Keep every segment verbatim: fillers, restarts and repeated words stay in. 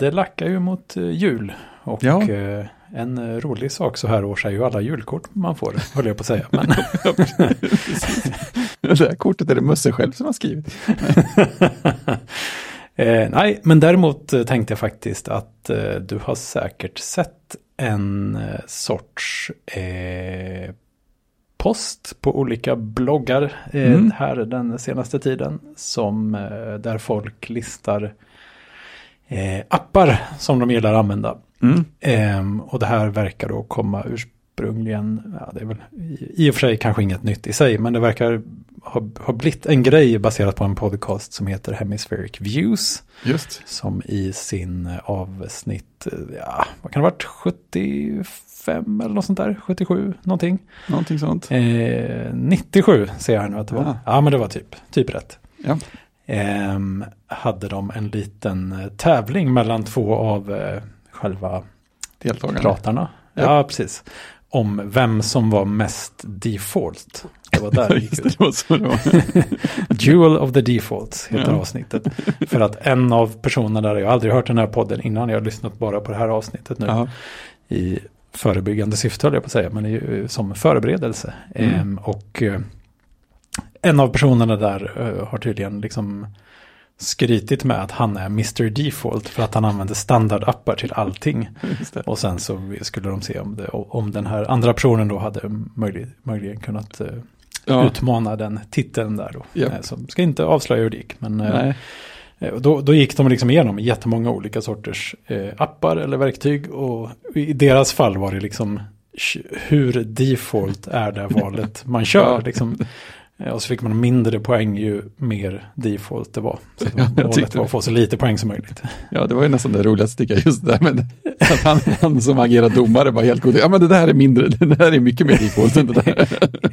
det lackar ju mot jul. Och ja. eh, en rolig sak så här års är ju alla julkort man får, höll jag på att säga. Men... det här kortet är det Musse själv som har skrivit. eh, nej, men däremot tänkte jag faktiskt att eh, du har säkert sett en eh, sorts eh, post på olika bloggar eh, mm. här den senaste tiden som eh, där folk listar eh, appar som de gillar att använda. Mm. Eh, och det här verkar då komma ursprungligen, ja, det är väl i, i och för sig kanske inget nytt i sig, men det verkar ha, ha blivit en grej baserat på en podcast som heter Hemispheric Views. Just. Som i sin avsnitt, ja, vad kan det ha varit, sjuttiofem eller något sånt där, sjuttiosju, någonting. Någonting sånt. Eh, nittiosju ser jag nu att det var. Ja, ja men det var typ, typ rätt. Ja. Eh, hade de en liten tävling mellan två av eh, själva deltagarna. Pratarna. Ja. ja, precis. Om vem som var mest default. Det var där det gick ut. Det var så det var. Duel of the Defaults heter ja. avsnittet. För att en av personerna där, jag har aldrig hört den här podden innan, jag har lyssnat bara på det här avsnittet nu. Aha. I förebyggande syfte höll jag på att säga, men i, som förberedelse. Mm. Ehm, och eh, en av personerna där eh, har tydligen liksom skrytit med att han är mister Default för att han använder standardappar till allting. Och sen så skulle de se om, det, om den här andra personen då hade möjlig, möjligen kunnat uh, ja. utmana den titeln där då. Yep. Eh, så ska inte avslöja hur det gick. Men eh, då, då gick de liksom igenom jättemånga olika sorters eh, appar eller verktyg. Och i deras fall var det liksom hur default är det valet man kör. Ja. Liksom. Och så fick man mindre poäng ju mer default det var. Så ja, målet var att få så lite poäng som möjligt. Ja, det var ju nästan det roligaste tycker jag just där. Men att han, han som agerar domare var helt god. Ja, men det där är mindre, det där är mycket mer default än det där.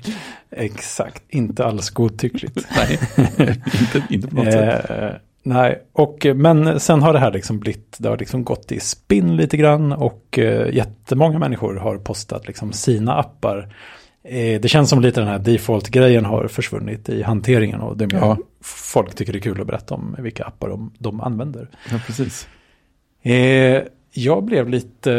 Exakt, inte alls godtyckligt. Nej, inte, inte på något sätt. Eh, nej, och, men sen har det här liksom blivit, det har liksom gått i spinn lite grann och eh, jättemånga människor har postat liksom sina appar. Det känns som lite den här default-grejen har försvunnit i hanteringen och det ja. folk tycker det är kul att berätta om vilka appar de, de använder. Ja, precis. Eh, jag blev lite,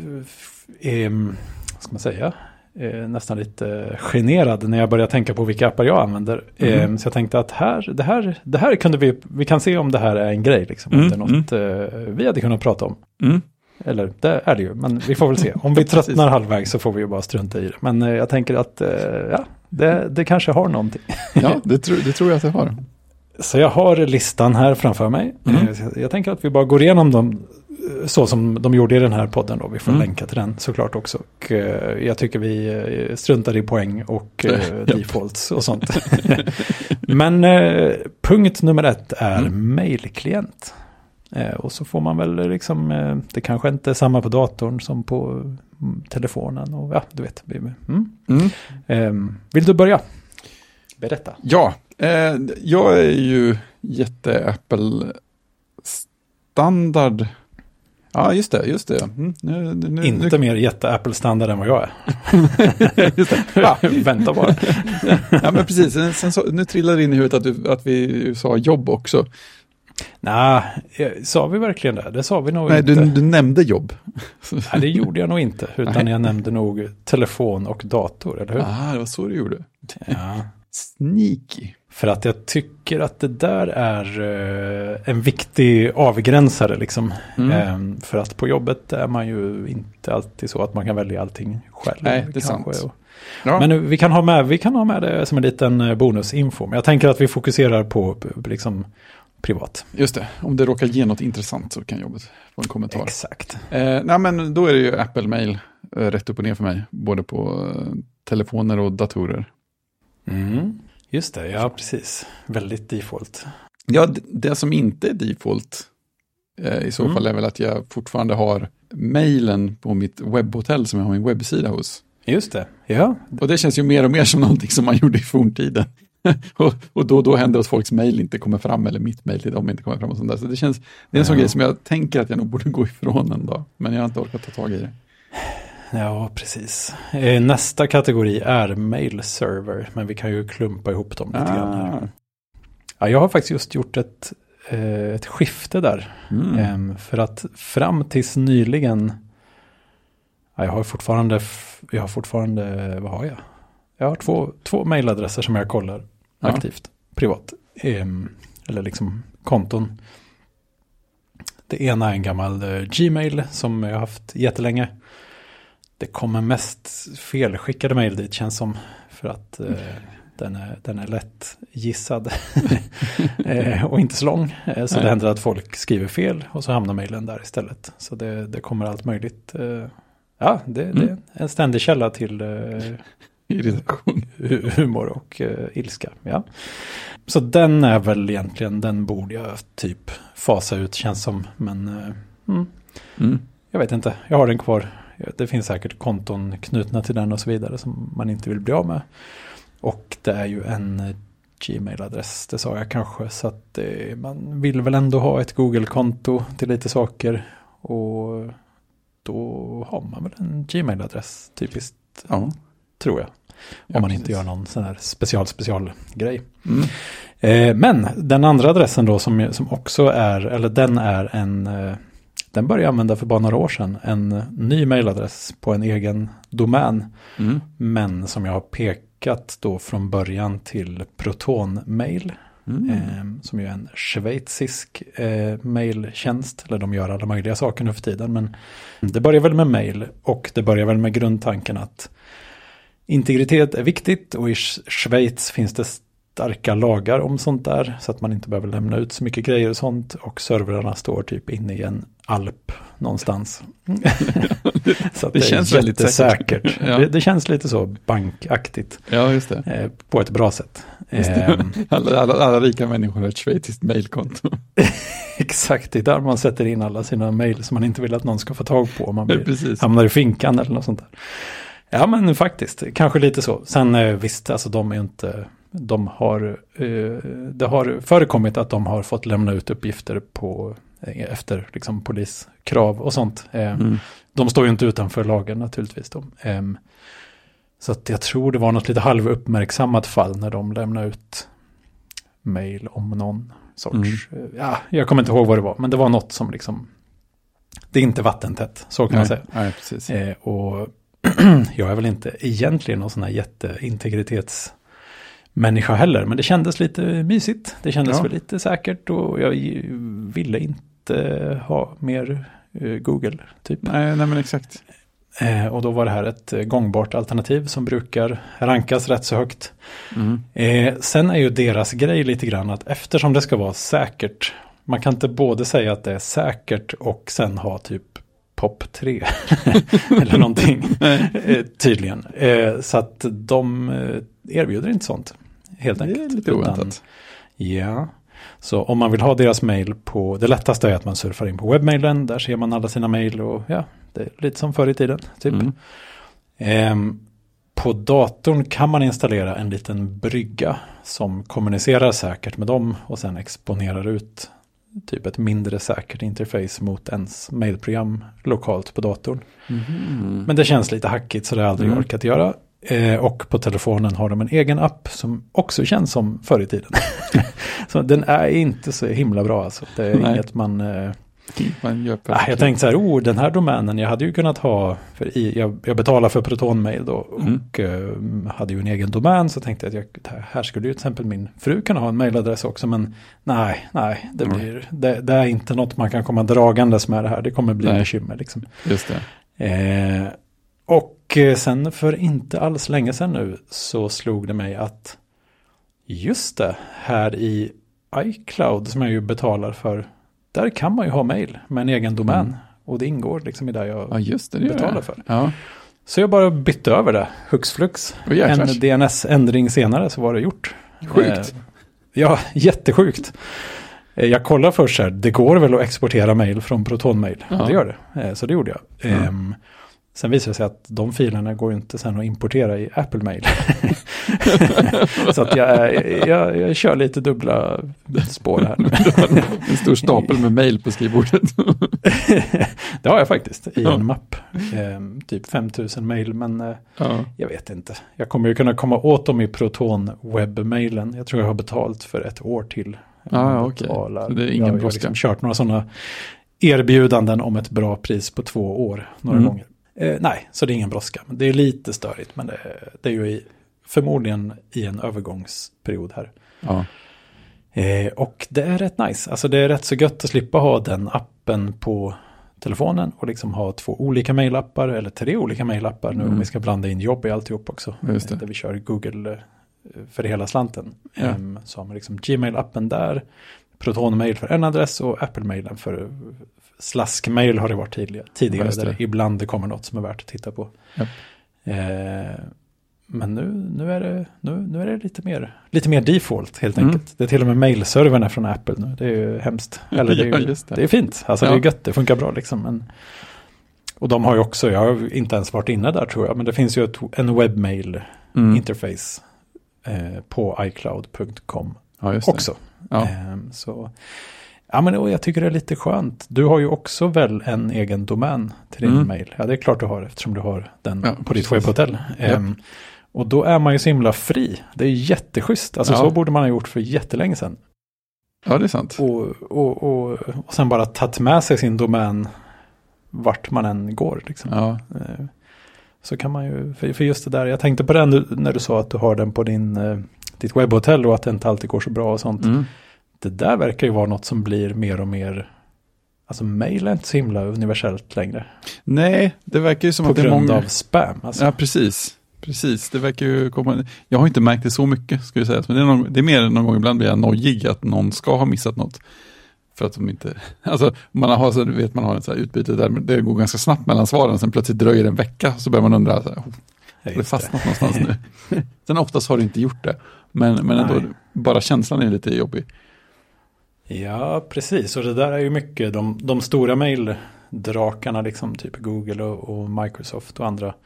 eh, vad ska man säga, eh, nästan lite generad när jag började tänka på vilka appar jag använder. Mm. Eh, så jag tänkte att här, det här, det här kunde vi, vi kan se om det här är en grej, liksom, mm. om det är något mm. eh, vi hade kunnat prata om. Mm. Eller det är det ju, men vi får väl se. Om vi tröttnar halvväg så får vi ju bara strunta i det. Men eh, jag tänker att eh, ja, det, det kanske har någonting. Ja, det, tro, det tror jag att det har. Så jag har listan här framför mig. Mm. Eh, jag tänker att vi bara går igenom dem så som de gjorde i den här podden då. Vi får mm. länka till den såklart också. Och, eh, jag tycker vi eh, struntar i poäng och eh, defaults och sånt. Men eh, punkt nummer ett är mm. mailklient. Eh, och så får man väl liksom, eh, det kanske inte är samma på datorn som på mm, telefonen. Och ja, du vet. Mm. Mm. Eh, vill du börja? Berätta. Ja, eh, jag är ju jätte-Apple-standard. Ja, just det, just det. Mm, nu, nu, inte nu. Mer jätte-Apple-standard än vad jag är. Just det. Ja. Vänta bara. Ja, men precis. Sen, sen så, nu trillar det in i huvudet att, du, att vi sa jobb också. Nej, sa vi verkligen det? Det sa vi nog Nej, inte. Nej, du, du nämnde jobb. Nej, det gjorde jag nog inte. Utan Nej. jag nämnde nog telefon och dator, eller hur? Ah, det var så du gjorde. Ja. Sneaky. För att jag tycker att det där är uh, en viktig avgränsare liksom. Mm. Um, för att på jobbet är man ju inte alltid så att man kan välja allting själv. Nej, det är sant. Och, ja. Men vi kan, ha med, vi kan ha med det som en liten bonusinfo. Men jag tänker att vi fokuserar på liksom privat. Just det, om det råkar ge något intressant så kan jobbet få en kommentar. Exakt. Eh, nej men då är det ju Apple Mail eh, rätt upp och ner för mig. Både på eh, telefoner och datorer. Mm. Just det, ja precis. Väldigt default. Ja, det, det som inte är default eh, i så mm. fall är väl att jag fortfarande har mailen på mitt webbhotell som jag har min webbsida hos. Just det, ja. Och det känns ju mer och mer som någonting som man gjorde i forntiden. och, och då, då händer att folks mejl inte kommer fram eller mitt mejl till dem inte kommer fram och sånt där. Så det känns, det är en ja. sån grej som jag tänker att jag nog borde gå ifrån en dag. Men jag har inte orkat ta tag i det. Ja, precis. Nästa kategori är mail server, men vi kan ju klumpa ihop dem lite ah. grann här. Ja, jag har faktiskt just gjort ett eh, ett skifte där. Mm. Eh, för att fram tills nyligen, ja, jag har fortfarande, jag har fortfarande, vad har jag? Jag har två, två mailadresser som jag kollar ja. aktivt, privat. Eh, eller liksom konton. Det ena är en gammal eh, Gmail som jag har haft jättelänge. Det kommer mest felskickade mejl dit, känns som, för att eh, den, är, den är lätt gissad eh, och inte så lång. Eh, så Nej. Det händer att folk skriver fel och så hamnar mejlen där istället. Så det, det kommer allt möjligt. Eh, ja, det, mm. det är en ständig källa till eh, irritation, humor och eh, ilska. Ja. Så den är väl egentligen, den borde jag typ fasa ut, känns som. Men eh, mm, mm. jag vet inte, jag har den kvar. Det finns säkert konton knutna till den och så vidare som man inte vill bli av med. Och det är ju en Gmail-adress, det sa jag kanske. Så att det, man vill väl ändå ha ett Google-konto till lite saker. Och då har man väl en Gmail-adress typiskt, ja, tror jag. Om ja, man precis. Inte gör någon sån här special special grej. Mm. Eh, men den andra adressen då som, som också är, eller den är en... Eh, Den började jag använda för bara några år sedan. En ny mailadress på en egen domän. Mm. Men som jag har pekat då från början till ProtonMail. Mm. Eh, som ju är en schweizisk eh, mailtjänst. Eller de gör alla möjliga saker nu för tiden. Men det börjar väl med mail. Och det börjar väl med grundtanken att integritet är viktigt. Och i Schweiz finns det starka lagar om sånt där. Så att man inte behöver lämna ut så mycket grejer och sånt. Och servrarna står typ inne i en alp någonstans. Så att det, det känns väldigt säkert. Ja. Det, det känns lite så bankaktigt. Ja, just det. Eh, på ett bra sätt. Eh, alla, alla, alla rika människor har ett schweiziskt mejlkonto. Exakt, det är där man sätter in alla sina mejl som man inte vill att någon ska få tag på. Om man blir, hamnar i finkan eller något sånt där. Ja, men faktiskt. Kanske lite så. Sen eh, visst, alltså de är inte... De har, eh, det har förekommit att de har fått lämna ut uppgifter på, eh, efter liksom, poliskrav och sånt. Eh, mm. De står ju inte utanför lagen naturligtvis. Då. Eh, så att jag tror det var något lite halvuppmärksammat fall när de lämnade ut mejl om någon sorts... Mm. Eh, ja, jag kommer inte ihåg vad det var, men det var något som liksom... Det är inte vattentätt, så kan Nej. man säga. Nej, precis. Eh, och jag är väl inte egentligen någon sån här jätteintegritets... människa heller, men det kändes lite mysigt. Det kändes ja. väl lite säkert och jag ville inte ha mer uh, Google typ. Nej, nej men exakt. Eh, och då var det här ett eh, gångbart alternativ som brukar rankas rätt så högt. Mm. Eh, sen är ju deras grej lite grann att eftersom det ska vara säkert, man kan inte både säga att det är säkert och sen ha typ pop tre eller någonting eh, tydligen. Eh, så att de eh, erbjuder inte sånt. Helt enkelt. Det är lite oväntat. Ja, så om man vill ha deras mejl på, det lättaste är att man surfar in på webbmailen, där ser man alla sina mejl och ja, det är lite som förr i tiden typ. Mm. Ehm, på datorn kan man installera en liten brygga som kommunicerar säkert med dem och sen exponerar ut typ ett mindre säkert interface mot ens mejlprogram lokalt på datorn. Mm. Men det känns lite hackigt så det har jag aldrig mm. orkat göra. Eh, och på telefonen har de en egen app som också känns som förr i tiden. Så den är inte så himla bra alltså. Det är Nej. inget man... Eh, man gör ah, jag tänkte så här, oh den här domänen, jag hade ju kunnat ha, för i, jag, jag betalar för ProtonMail då mm. och eh, hade ju en egen domän, så tänkte jag att jag, här skulle ju till exempel min fru kunna ha en mailadress också, men nej, nej, det, blir, mm. det, det är inte något man kan komma dragandes med det här, det kommer bli bekymmer liksom. Just det. Eh, och sen för inte alls länge sedan nu så slog det mig att just det, här i iCloud som jag ju betalar för, där kan man ju ha mail med en egen domän. Mm. Och det ingår liksom i det jag ja, just det, det betalar för. Ja. Så jag bara bytte över det, hux flux. Oh, en D N S-ändring senare så var det gjort. Sjukt. Eh, ja, jättesjukt. Eh, jag kollar först här, det går väl att exportera mail från ProtonMail. Ja. Det gör det. Eh, så det gjorde jag. Eh, mm. Sen visar det sig att de filerna går inte sen att importera i Apple Mail. Så att jag, jag, jag kör lite dubbla spår här nu. En stor stapel med mail på skrivbordet. Det har jag faktiskt i ja. en mapp. Eh, typ fem tusen mail, men eh, ja. jag vet inte. Jag kommer ju kunna komma åt dem i Proton webbmailen. Jag tror jag har betalt för ett år till Ah, okej. Okay. Så det är ingen jag, jag har liksom kört några sådana erbjudanden om ett bra pris på två år några mm. gånger. Eh, nej, så det är ingen brådska. Det är lite störigt, men det, det är ju i, förmodligen i en övergångsperiod här. Ja. Eh, och det är rätt nice. Alltså det är rätt så gött att slippa ha den appen på telefonen och liksom ha två olika mailappar eller tre olika mailappar nu mm. om vi ska blanda in jobb i alltihop också. Just det. Där vi kör Google för hela slanten. Ja. Um, så har man liksom Gmail-appen där, Proton-mail för en adress och Apple-mailen för slask-mail har det varit tidigare. tidigare det. Där ibland det kommer något som är värt att titta på. Ja. Eh, men nu, nu, är det, nu, nu är det lite mer, lite mer default helt Mm. enkelt. Det är till och med mailserverna från Apple nu. Det är ju hemskt. Eller det är, ju, ja, det. det är fint. Alltså ja. det är gött, det funkar bra liksom. Men, och de har ju också, jag har inte ens varit inne där tror jag, men det finns ju ett, en webbmail mm. interface eh, på i cloud punkt com ja, också. Ja. Eh, så, ja men och jag tycker det är lite skönt. Du har ju också väl en egen domän till din mm. mail. Ja det är klart du har eftersom du har den ja, på precis. ditt webbhotell. Eh, ja. Och då är man ju så himla fri. Det är jätteschysst. Alltså ja. så borde man ha gjort för jättelänge sedan. Ja, det är sant. Och, och, och, och sen bara tagit med sig sin domän vart man än går. Liksom. Ja. Så kan man ju, för, för just det där, jag tänkte på det nu, när du sa att du har den på din, ditt webbhotell och att det inte alltid går så bra och sånt. Mm. Det där verkar ju vara något som blir mer och mer, alltså mail är inte så himla universellt längre. Nej, det verkar ju som på att det är många... många... av spam. Alltså. Ja, precis. Precis, det verkar ju komma... Jag har inte märkt det så mycket, ska jag säga. Men det är, någon... det är mer någon gång ibland blir jag nojig att någon ska ha missat något. För att de inte... Alltså, man har så vet man har ett så här utbyte där det går ganska snabbt mellan svaren. Sen plötsligt dröjer det en vecka så börjar man undra så här, oh, har det fastnat det. någonstans nu? Sen oftast har det inte gjort det. Men, men ändå, bara känslan är lite jobbig. Ja, precis. Och det där är ju mycket de, de stora maildrakarna, liksom typ Google och, och Microsoft och andra.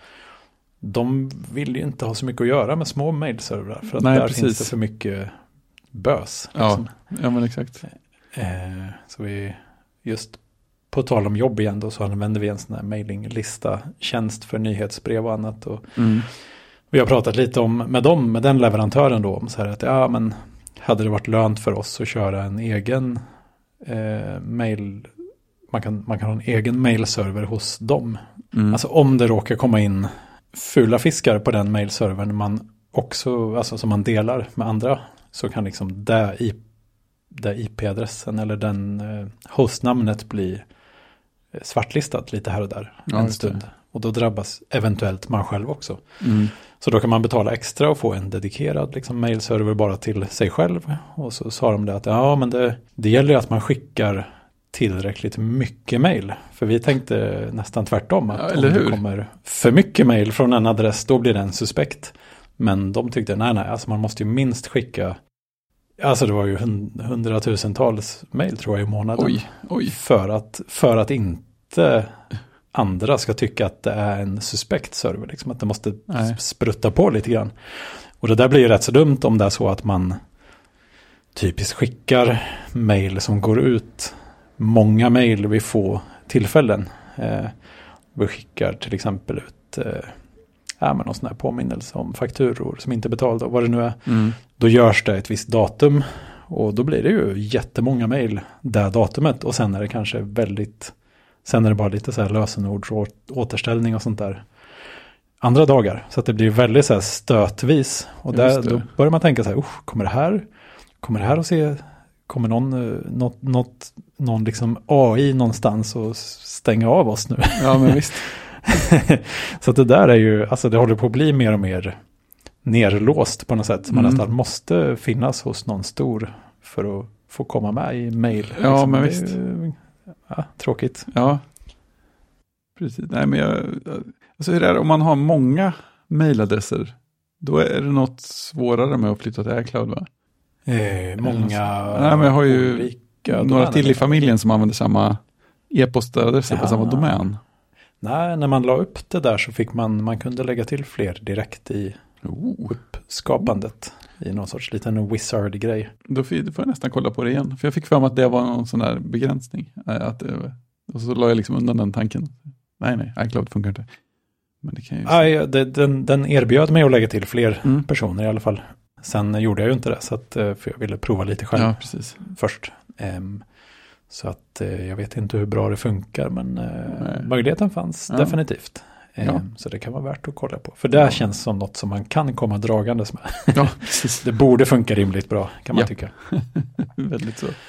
De vill ju inte ha så mycket att göra med små mailservrar. För att Nej, där precis. finns det för mycket bös. Liksom. Ja, ja, men exakt. Eh, så vi just på tal om jobb igen då så använder vi en sån här mailinglista tjänst för nyhetsbrev och annat. Och mm. vi har pratat lite om med dem, med den leverantören då, om så här att ja men hade det varit lönt för oss att köra en egen eh, mail, man kan, man kan ha en egen mailserver hos dem. Mm. Alltså om det råkar komma in fula fiskar på den mailservern man också, alltså som man delar med andra, så kan liksom det, i, det I P-adressen eller den eh, hostnamnet bli svartlistat lite här och där ja, en stund. Och då drabbas eventuellt man själv också. Mm. Så då kan man betala extra och få en dedikerad liksom, mailserver bara till sig själv. Och så sa de det att ja, men det, det gäller ju att man skickar tillräckligt mycket mail. För vi tänkte nästan tvärtom. Att ja, om det kommer för mycket mail från en adress, då blir den suspekt. Men de tyckte nej, nej, alltså man måste ju minst skicka, alltså det var ju hundratusentals mail tror jag i månaden. Oj, oj. För att, för att inte andra ska tycka att det är en suspekt server. Liksom att det måste Nej. sprutta på lite grann. Och det där blir ju rätt så dumt om det är så att man typiskt skickar mail som går ut många mail vid få tillfällen. Eh, vi skickar till exempel ut eh, ja, men någon sån här påminnelse om fakturor som inte är betalda och vad det nu är. Mm. Då görs det ett visst datum och då blir det ju jättemånga mail det datumet och sen är det kanske väldigt, sen är det bara lite så här lösenord och återställning och sånt där andra dagar. Så att det blir väldigt så här stötvis och där, då börjar man tänka så här, kommer det här kommer det här att se, kommer någon något, något, någon liksom A I någonstans och stänga av oss nu? Ja, men visst. Så att det där är ju, alltså det håller på att bli mer och mer nerlåst på något sätt. Man mm. nästan måste finnas hos någon stor för att få komma med i mail. Ja, liksom. men det visst. Är, ja, tråkigt. Ja, precis. Nej, men jag, alltså hur är det om man har många mailadresser? Då är det något svårare med att flytta till iCloud, va? Eh, många Nej, men jag har ju några till i familjen som använder samma e-postadresser ja. på samma domän. Nej, när man la upp det där så fick man, man kunde lägga till fler direkt i oh. uppskapandet i någon sorts liten wizard-grej. Då får jag nästan kolla på det igen. För jag fick för mig att det var någon sån där begränsning. Att det, och så la jag liksom undan den tanken. Nej, nej, iCloud funkar inte. Men det kan ju... Aj, det, den, den erbjöd mig att lägga till fler mm. personer i alla fall. Sen gjorde jag ju inte det, så att, för jag ville prova lite själv ja, precis. först. Um, så att uh, jag vet inte hur bra det funkar, men uh, möjligheten fanns ja. definitivt. Um, ja. Så det kan vara värt att kolla på. För det ja. känns som något som man kan komma dragandes med. Ja, precis. Det borde funka rimligt bra, kan man ja. tycka. Väldigt så. Uh,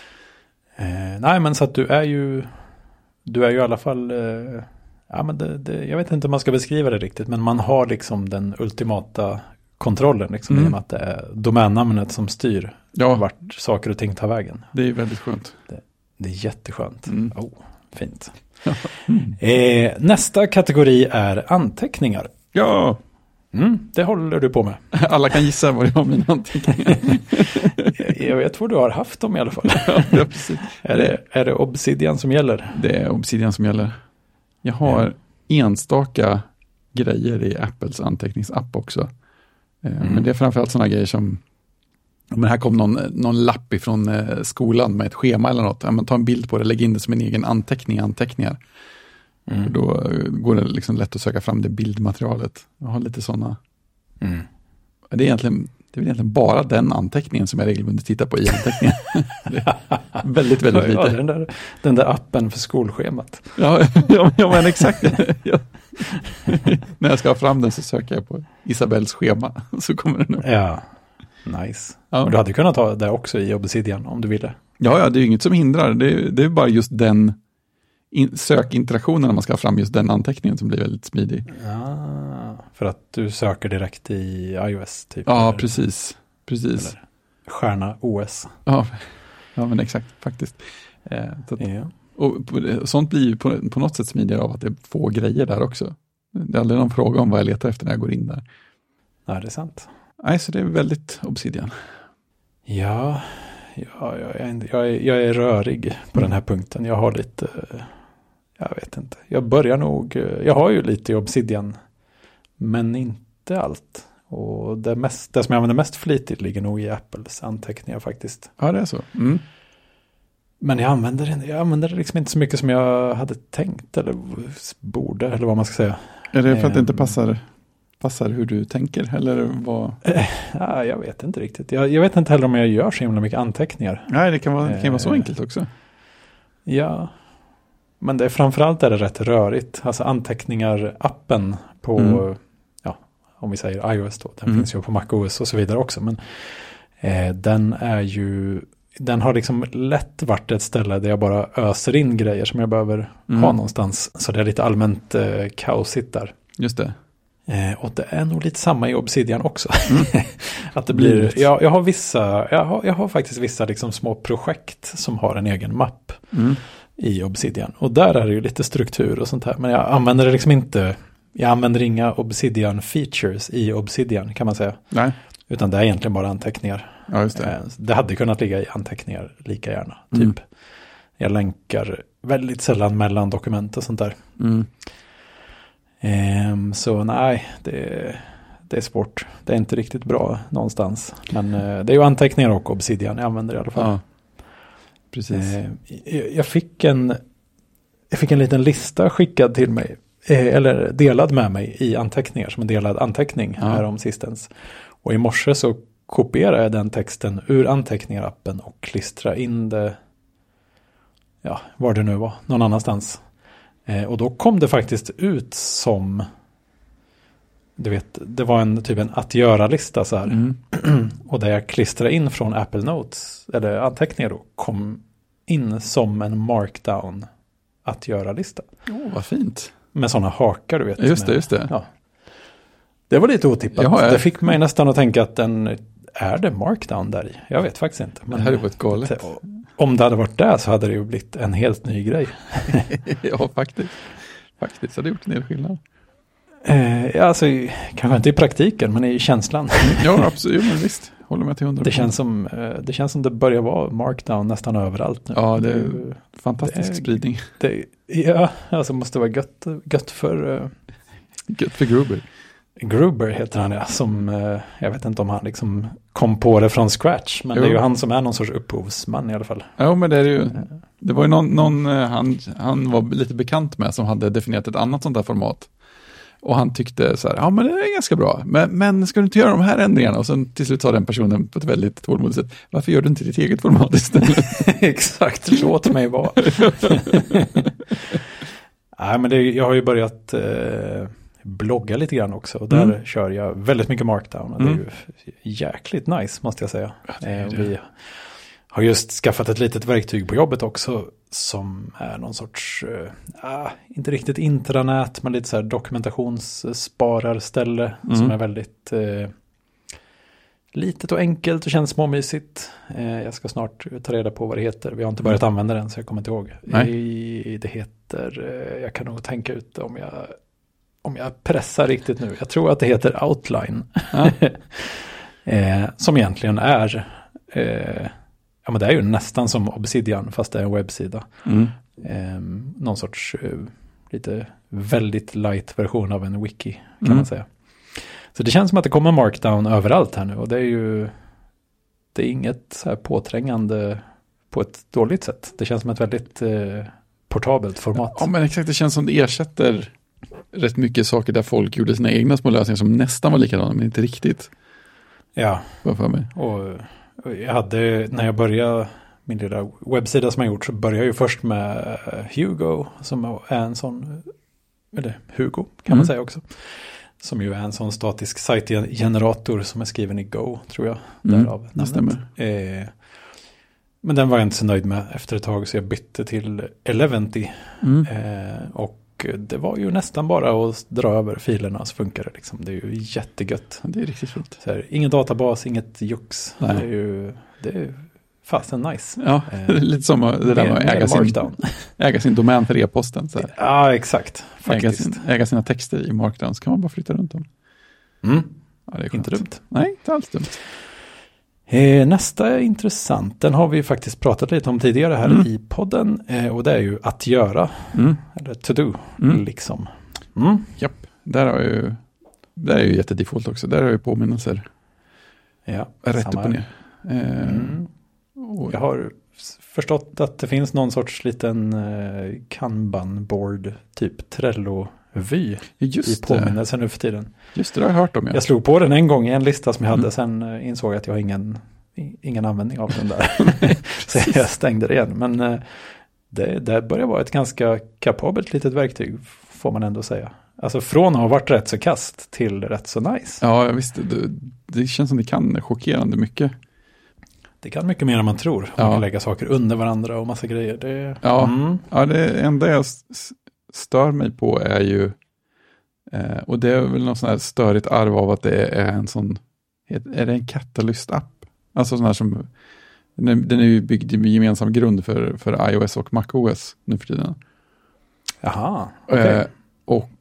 nej, men så att du är ju du är ju i alla fall uh, ja, men det, det, jag vet inte om man ska beskriva det riktigt, men man har liksom den ultimata kontrollen liksom, mm. i och med att det är domännamnet som styr ja. vart saker och ting tar vägen. Det är väldigt skönt. Det, det är jätteskönt. Mm. Oh, fint. mm. eh, nästa kategori är anteckningar. Ja. Mm, det håller du på med. Alla kan gissa vad jag har mina anteckningar. jag vet vad du har haft dem i alla fall. ja, precis. är, det, är det Obsidian som gäller? Det är Obsidian som gäller. Jag har mm. enstaka grejer i Apples anteckningsapp också. Mm. Men det är framförallt sådana grejer som, men här kom någon, någon lapp ifrån eh, skolan med ett schema eller något. Ja, men ta en bild på det, lägg in det som en egen anteckning i anteckningar. Mm. För då eh, går det liksom lätt att söka fram det bildmaterialet. Jag har lite sådana. Mm. Det är egentligen, det är egentligen bara den anteckningen som jag regelbundet tittar på i anteckningen. väldigt, väldigt lite. Ja, den, där, den där appen för skolschemat. ja, ja, ja, men exakt. ja. När jag ska ha fram den så söker jag på Isabells schema. Så kommer den upp. Ja, nice. Ja. Och du hade kunnat ha det också i Obsidian om du ville. Ja, ja, det är ju inget som hindrar. Det är, det är bara just den in, sökinteraktionen när man ska ha fram just den anteckningen som blir väldigt smidig. Ja, för att du söker direkt i iOS typ. Ja, eller, precis. precis. Eller stjärna O S. Ja, ja men exakt faktiskt. Eh, så att, ja. Och sånt blir ju på, på något sätt smidigare av att det är få grejer där också. Det är aldrig någon fråga om vad jag letar efter när jag går in där. Nej, det är sant. Nej, så det är väldigt Obsidian. Ja, ja jag, är, jag, är, jag är rörig på mm. den här punkten. Jag har lite, jag vet inte. Jag börjar nog, jag har ju lite i Obsidian, men inte allt. Och det, mest, det som jag använder mest flitigt ligger nog i Apples anteckningar faktiskt. Ja, det är så. Mm. Men jag använder, jag använder det liksom inte så mycket som jag hade tänkt eller borde, eller vad man ska säga. Är det för att det inte passar, passar hur du tänker? Eller vad? Ja, jag vet inte riktigt. Jag, jag vet inte heller om jag gör så himla mycket anteckningar. Nej, det kan vara, det kan vara så enkelt också. Ja, men det är framförallt är det rätt rörigt. Alltså anteckningar-appen på, mm. ja, om vi säger iOS då. Den mm. finns ju på macOS och så vidare också. Men eh, den är ju... Den har liksom lätt varit ett ställe där jag bara öser in grejer som jag behöver mm. ha någonstans. Så det är lite allmänt eh, kaosigt där. Just det. Eh, och det är nog lite samma i Obsidian också. Mm. Att det blir, jag, jag har vissa, jag har, jag har faktiskt vissa liksom små projekt som har en egen mapp mm. i Obsidian. Och där är det ju lite struktur och sånt här. Men jag använder det liksom inte, jag använder inga Obsidian features i Obsidian kan man säga. Nej. Utan det är egentligen bara anteckningar. Ja, just det. Det hade kunnat ligga i anteckningar lika gärna. Typ. Mm. Jag länkar väldigt sällan mellan dokument och sånt där. Mm. Ehm, så nej, det, det är svårt. Det är inte riktigt bra någonstans. Men eh, det är ju anteckningar och Obsidian jag använder i alla fall. Ja, precis. Ehm, jag, jag, fick en, jag fick en liten lista skickad till mig. Eh, eller delad med mig i anteckningar som en delad anteckning ja. här om sistens. Och i morse så kopierade jag den texten ur anteckningar-appen och klistrade in det, ja, var det nu var, någon annanstans. Eh, och då kom det faktiskt ut som, du vet, det var en typ en att göra-lista så här. Mm. Och där jag klistrade in från Apple Notes, eller anteckningar då, kom in som en markdown att göra-lista. Åh, oh, vad fint. Med sådana hakar, du vet. Just det, med, just det. Ja. Det var lite otippat. Jaha, det fick mig nästan att tänka att den, är det markdown där i? Jag vet faktiskt inte. Men det här är på ett galet. Om det hade varit där så hade det ju blivit en helt ny grej. Ja, faktiskt. Faktiskt hade det gjort en del skillnad. Eh, ja, alltså, kanske inte i praktiken, men i känslan. Ja, absolut. Men visst. Håller med till hundra procent. Det känns som det känns som det börjar vara markdown nästan överallt nu. Ja, det är det, fantastisk det, spridning. Det, ja, alltså måste vara gött, gött för... Uh, gött för Gruber. Gruber heter han, ja. Som, uh, jag vet inte om han liksom kom på det från scratch. Men jo. Det är ju han som är någon sorts upphovsman i alla fall. Ja, men det är ju... Det var ju någon, någon han, han var lite bekant med som hade definierat ett annat sånt där format. Och han tyckte så här, ja men det är ganska bra, men, men ska du inte göra de här ändringarna? Och sen till slut sa den personen på ett väldigt tålmodigt sätt, varför gör du inte ditt eget format istället? Exakt, låt mig vara. Nej, men det, jag har ju börjat eh, blogga lite grann också. Och där mm. kör jag väldigt mycket markdown. Och mm. det är ju jäkligt nice, måste jag säga. Ja, det är det. Eh, vi har just skaffat ett litet verktyg på jobbet också som är någon sorts, äh, inte riktigt intranät, men lite så här dokumentationsspararställe mm. som är väldigt äh, litet och enkelt och känns småmysigt. Äh, jag ska snart ta reda på vad det heter. Vi har inte börjat mm. använda den så jag kommer inte ihåg. I, det heter, äh, jag kan nog tänka ut om jag, om jag pressar riktigt nu. Jag tror att det heter Outline. Ja. äh, som egentligen är... Äh, Ja, men det är ju nästan som Obsidian fast det är en webbsida. Mm. Eh, någon sorts eh, lite väldigt light version av en wiki kan mm. man säga. Så det känns som att det kommer markdown överallt här nu och det är ju det är inget så här påträngande på ett dåligt sätt. Det känns som ett väldigt eh, portabelt format. Ja, men exakt, det känns som det ersätter rätt mycket saker där folk gjorde sina egna små lösningar som nästan var likadana men inte riktigt. Ja. Vad för mig? Och jag hade, när jag började min lilla webbsida som jag gjort så började jag ju först med Hugo som är en sån, eller Hugo kan mm. man säga också. Som ju är en sån statisk sajtgenerator som är skriven i Go tror jag. Mm, därav det stämmer. Eh, men den var jag inte så nöjd med efter ett tag så jag bytte till Eleventy. Mm. Eh, och det var ju nästan bara att dra över filerna så funkar det liksom. Det är ju jättegött. Det är riktigt fint. Så här, ingen databas, inget jux. Nej. Det är ju det är fasen nice. Ja, eh, lite som det där med att äga sin, äga sin domän för e-posten. Så här. Ja, exakt. Äga, sin, äga sina texter i markdown så kan man bara flytta runt dem. Mm. Ja, det är inte dumt. Nej, inte alls dumt. Eh, nästa är intressant. Den har vi faktiskt pratat lite om tidigare här mm. i podden. Eh, och det är ju att göra. Mm. Eller to do. Mm. Liksom. Mm. Japp, där har ju där är ju jättedefault också. Där har ju påminnelser. Ja, rätt upp och ner. Eh, mm. Jag har förstått att det finns någon sorts liten eh, Kanban-board, typ Trello-vy i påminnelser nu för tiden. Just det, det har jag hört om. Ja. Jag slog på den en gång i en lista som jag hade, mm. sen eh, insåg jag att jag har ingen, ingen användning av den där. Så jag stängde det igen. Men eh, det, det börjar vara ett ganska kapabelt litet verktyg, får man ändå säga. Alltså från att ha varit rätt så kast till rätt så nice. Ja, visst. Det, det känns som det kan chockerande mycket. Det kan mycket mer än man tror. Man ja. kan lägga saker under varandra och massa grejer. Det, ja, mm. ja, det enda jag stör mig på är ju, eh, och det är väl något sånt här störigt arv av att det är en sån, är det en Catalyst-app? Alltså sån här som, den är ju byggd med gemensam grund för, för iOS och macOS nu för tiden. Jaha, okej. Okay. Eh, och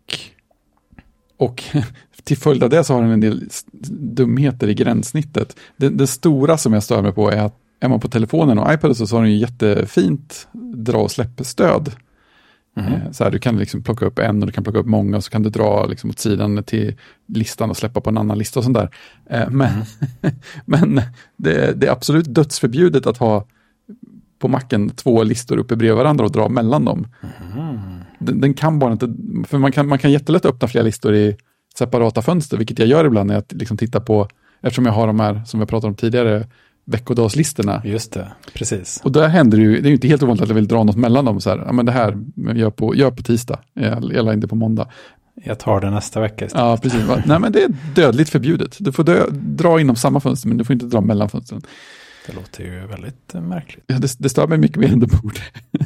och till följd av det så har den en del dumheter i gränssnittet. Det, det stora som jag stör mig på är att är man på telefonen och iPad så har den ju jättefint dra- och släppstöd. Mm. Så här, du kan liksom plocka upp en och du kan plocka upp många och så kan du dra liksom åt sidan till listan och släppa på en annan lista och sånt där. Men, mm. men det, det är absolut dödsförbjudet att ha på Macen två listor uppe bredvid varandra och dra mellan dem. Mm. Den, den kan bara inte, för man kan, man kan jättelätt öppna flera listor i separata fönster, vilket jag gör ibland när jag liksom tittar på, eftersom jag har de här som jag pratade om tidigare, veckodagslistorna. Just det, precis. Och där händer det ju, det är ju inte helt ovanligt att jag vill dra något mellan dem så här, ja men det här gör på, gör på tisdag, jag, jag inte på måndag. Jag tar det nästa vecka istället. Ja, precis. Nej men det är dödligt förbjudet. Du får dö, dra inom samma fönster, men du får inte dra mellan fönstren. Det låter ju väldigt märkligt. Ja, det, det stör mig mycket mer än det borde.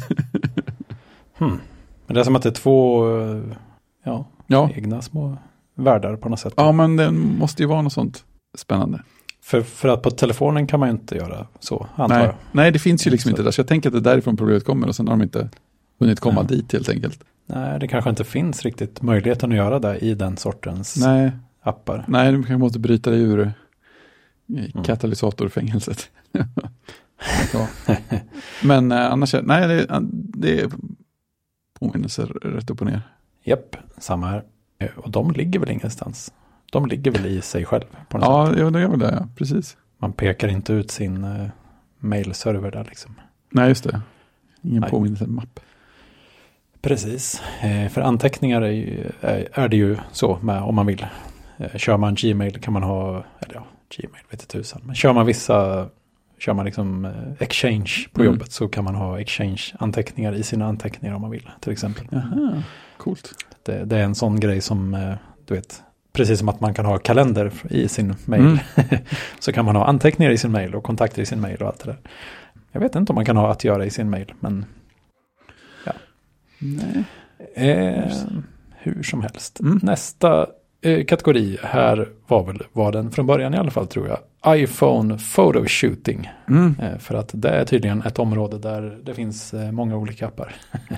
hmm. Men det är som att det är två ja, ja. egna små världar på något sätt. Ja, men det måste ju vara något sånt spännande. För, för att på telefonen kan man ju inte göra så, antar Nej. jag. Nej, det finns ju liksom så. inte där. Så jag tänker att det är därifrån problemet kommer och sen har de inte hunnit komma ja. dit helt enkelt. Nej, det kanske inte finns riktigt möjligheten att göra det i den sortens Nej. appar. Nej, du kanske måste bryta dig ur katalysatorfängelset. Ja. Men eh, annars, nej, det, det är påminnelser rätt upp och ner. Japp, samma här. Och de ligger väl ingenstans? De ligger väl i sig själv på något ja, sätt? Ja, det gör väl det, ja. Precis. Man pekar inte ut sin uh, mailserver där liksom. Nej, just det. Ingen påminnelsemapp. Precis, eh, för anteckningar är, ju, är, är det ju så med om man vill. Eh, kör man Gmail kan man ha, eller ja, Gmail vet inte tusan, men kör man vissa, kör man liksom eh, Exchange på mm. jobbet så kan man ha Exchange-anteckningar i sina anteckningar om man vill, till exempel. Jaha, coolt. Det, det är en sån grej som, eh, du vet, precis som att man kan ha kalender i sin mail, mm. så kan man ha anteckningar i sin mail och kontakter i sin mail och allt det där. Jag vet inte om man kan ha att göra i sin mail, men ja. Nej. Eh, hur som helst. Mm. Nästa eh, kategori här var väl, var den från början i alla fall tror jag, iPhone photo shooting. Mm. Eh, för att det är tydligen ett område där det finns eh, många olika appar.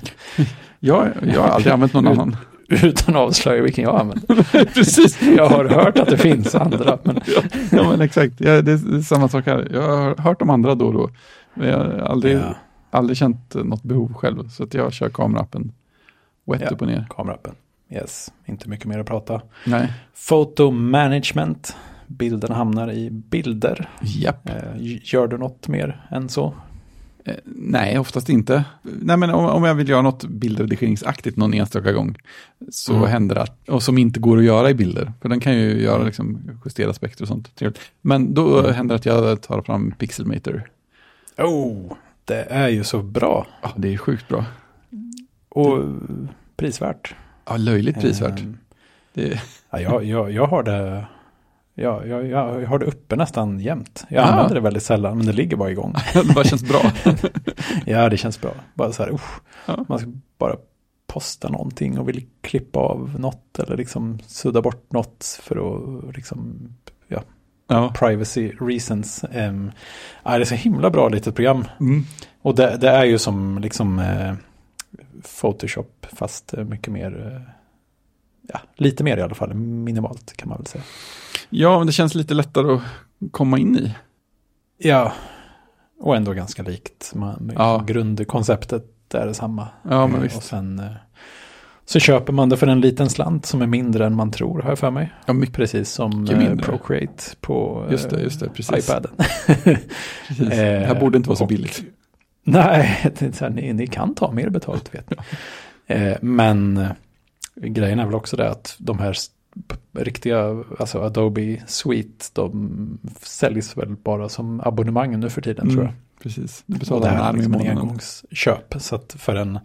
jag, jag har aldrig använt någon annan. Utan att avslöja vilken jag använder. Precis. Jag har hört att det finns andra. Men... ja, men exakt. Ja, det, är, det är samma sak här. Jag har hört om andra då och då. Men jag har aldrig, ja. aldrig känt något behov själv. Så att jag kör kamerappen wet ja, upp och ner. Kamerappen. Yes. Inte mycket mer att prata. Nej. Photo management. Bilderna hamnar i bilder. Japp. Gör du något mer än så? Eh, nej, oftast inte. Nej, men om, om jag vill göra något bildredigeringsaktigt någon enstaka gång så mm. händer det, och som inte går att göra i bilder, för den kan ju göra liksom, justera aspekter och sånt. Trevligt. Men då mm. händer det att jag tar fram Pixelmator. Oh, det är ju så bra. Ja, det är sjukt bra. Och prisvärt. Ja, löjligt prisvärt. Um, det... ja, jag, jag, jag har det... Ja, jag, jag har det uppe nästan jämt. Jag ja. använder det väldigt sällan, men det ligger bara igång. Det bara känns bra. Ja, det känns bra. Bara så här, usch, ja. Man ska bara posta någonting och vill klippa av något eller liksom sudda bort något för att liksom, ja, ja. privacy reasons. Um, ja, det är så himla bra litet program. Mm. Och det, det är ju som liksom eh, Photoshop, fast mycket mer, eh, ja, lite mer i alla fall, minimalt kan man väl säga. Ja, men det känns lite lättare att komma in i. Ja, och ändå ganska likt. Man, ja. Grundkonceptet är detsamma. Ja, men visst. Och sen så köper man det för en liten slant som är mindre än man tror, har jag för mig. Ja, mycket, precis som eh, Procreate på just det, just det, precis. iPaden. Precis. Det här borde inte vara så billigt. Nej, det är så här, ni, ni kan ta mer betalt, vet ni. eh, men grejen är väl också det att de här riktiga, alltså Adobe Suite, de säljs väl bara som abonnemang nu för tiden, mm, tror jag. Precis. Du betalar en arm i månaden. Engångsköp. Så att för en,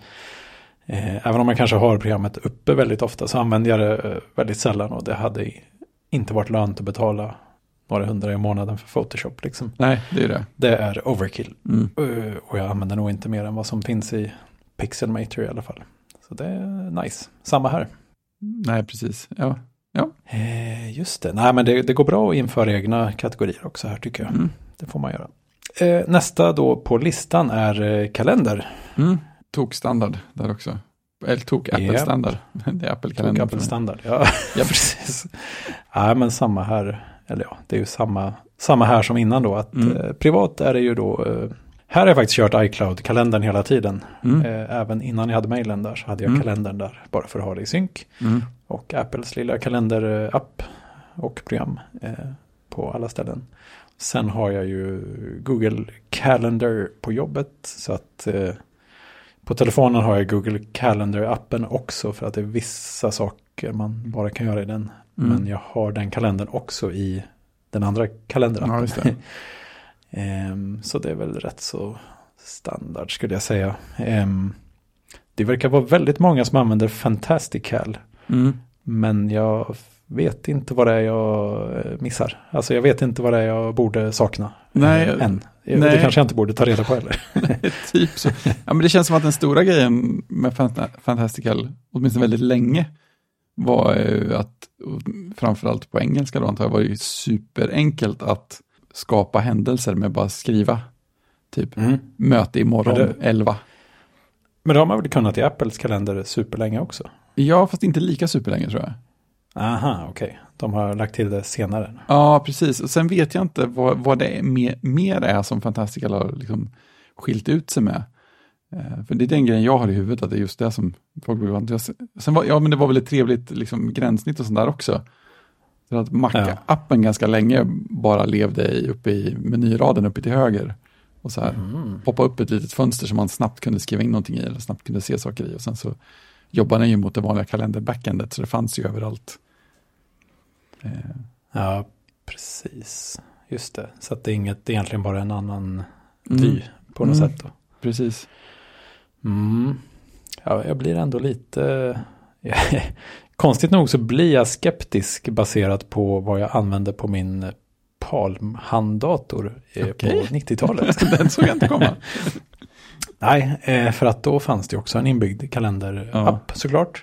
eh, även om man kanske har programmet uppe väldigt ofta, så använder jag det väldigt sällan, och det hade inte varit lönt att betala några hundra i månaden för Photoshop liksom. Nej, det är det. Det är overkill. Mm. Och jag använder nog inte mer än vad som finns i Pixelmator i alla fall. Så det är nice. Samma här. Nej, precis. Ja. Ja. Eh, just det. Nej, men det, det går bra att införa egna kategorier också här, tycker jag. Mm. Det får man göra. Eh, nästa då på listan är eh, kalender. Mm. Tok standard där också. Eller tok Apple yep. standard. Det är Apple kalender. Tok Apple standard, ja. Ja, precis. Nej, men samma här. Eller ja, det är ju samma, samma här som innan då. Att mm. eh, privat är det ju då... Eh, här har jag faktiskt kört iCloud-kalendern hela tiden. Mm. Eh, även innan jag hade mailen där så hade jag mm. kalendern där. Bara för att ha det i synk. Mm. Och Apples lilla kalenderapp och program eh, på alla ställen. Sen har jag ju Google Calendar på jobbet. Så att eh, på telefonen har jag Google Calendar-appen också. För att det är vissa saker man bara kan göra i den. Mm. Men jag har den kalendern också i den andra kalenderappen. Ja, just det. Um, så det är väl rätt så standard, skulle jag säga. Um, det verkar vara väldigt många som använder Fantastical. Mm. Men jag vet inte vad det är jag missar. Alltså jag vet inte vad det är jag borde sakna. Nej, äh, än. Nej. Det kanske jag inte borde ta reda på heller. Typ så. Ja, men det känns som att den stora grejen med Fantastical, åtminstone väldigt länge, var att, framförallt på engelska då antar jag, var ju superenkelt att skapa händelser med bara skriva. Typ mm. möte imorgon det, elva. Men det har man väl kunnat i Apples kalender superlänge också? Ja, fast inte lika superlänge tror jag. Aha, okej. Okay. De har lagt till det senare. Ja, precis. Och sen vet jag inte vad, vad det är mer, mer är som Fantastical har liksom skilt ut sig med. Eh, för det är den grejen jag har i huvudet, att det är just det som folk blir vant till. Sen var, ja, men det var väl ett trevligt liksom, gränssnitt och sånt där också. Så att Mac-appen ja. ganska länge bara levde i, uppe i menyraden uppe till höger. Och så här mm. poppa upp ett litet fönster som man snabbt kunde skriva in någonting i eller snabbt kunde se saker i. Och sen så jobbade den ju mot det vanliga kalender-backendet så det fanns ju överallt. Eh. Ja, precis. Just det. Så att det är inget, det är egentligen bara en annan mm. vy på något mm. sätt då. Precis. Mm. Ja, jag blir ändå lite... Konstigt nog så blir jag skeptisk baserat på vad jag använde på min Palm-handdator okay. på nittiotalet. Den såg jag inte komma. Nej, för att då fanns det också en inbyggd kalenderapp ja. såklart.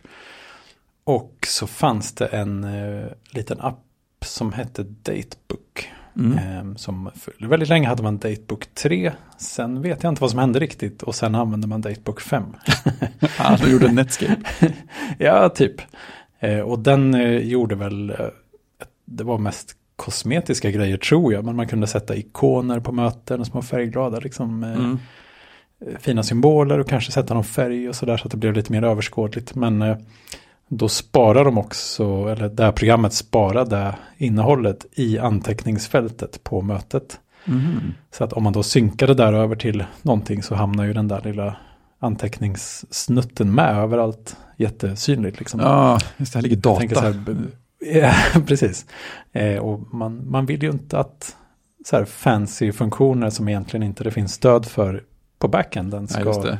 Och så fanns det en uh, liten app som hette Datebook. Mm. Um, som för väldigt länge hade man Datebook tre. Sen vet jag inte vad som hände riktigt. Och sen använde man Datebook fem. Ja, du gjorde Netscape. Ja, typ. Uh, och den uh, gjorde väl... Uh, det var mest kosmetiska grejer tror jag. Men man kunde sätta ikoner på möten och små färgglada liksom... Uh, mm. fina symboler och kanske sätta någon färg och sådär så att det blev lite mer överskådligt. Men uh, då sparar de också, eller det här programmet sparade innehållet i anteckningsfältet på mötet. Mm. Så att om man då synkade där över till någonting så hamnar ju den där lilla anteckningssnutten med överallt jättesynligt. Liksom. Ja, just det, här ligger data. Så här, ja, precis. Eh, och man, man vill ju inte att så här fancy funktioner som egentligen inte det finns stöd för på backenden ska... Ja,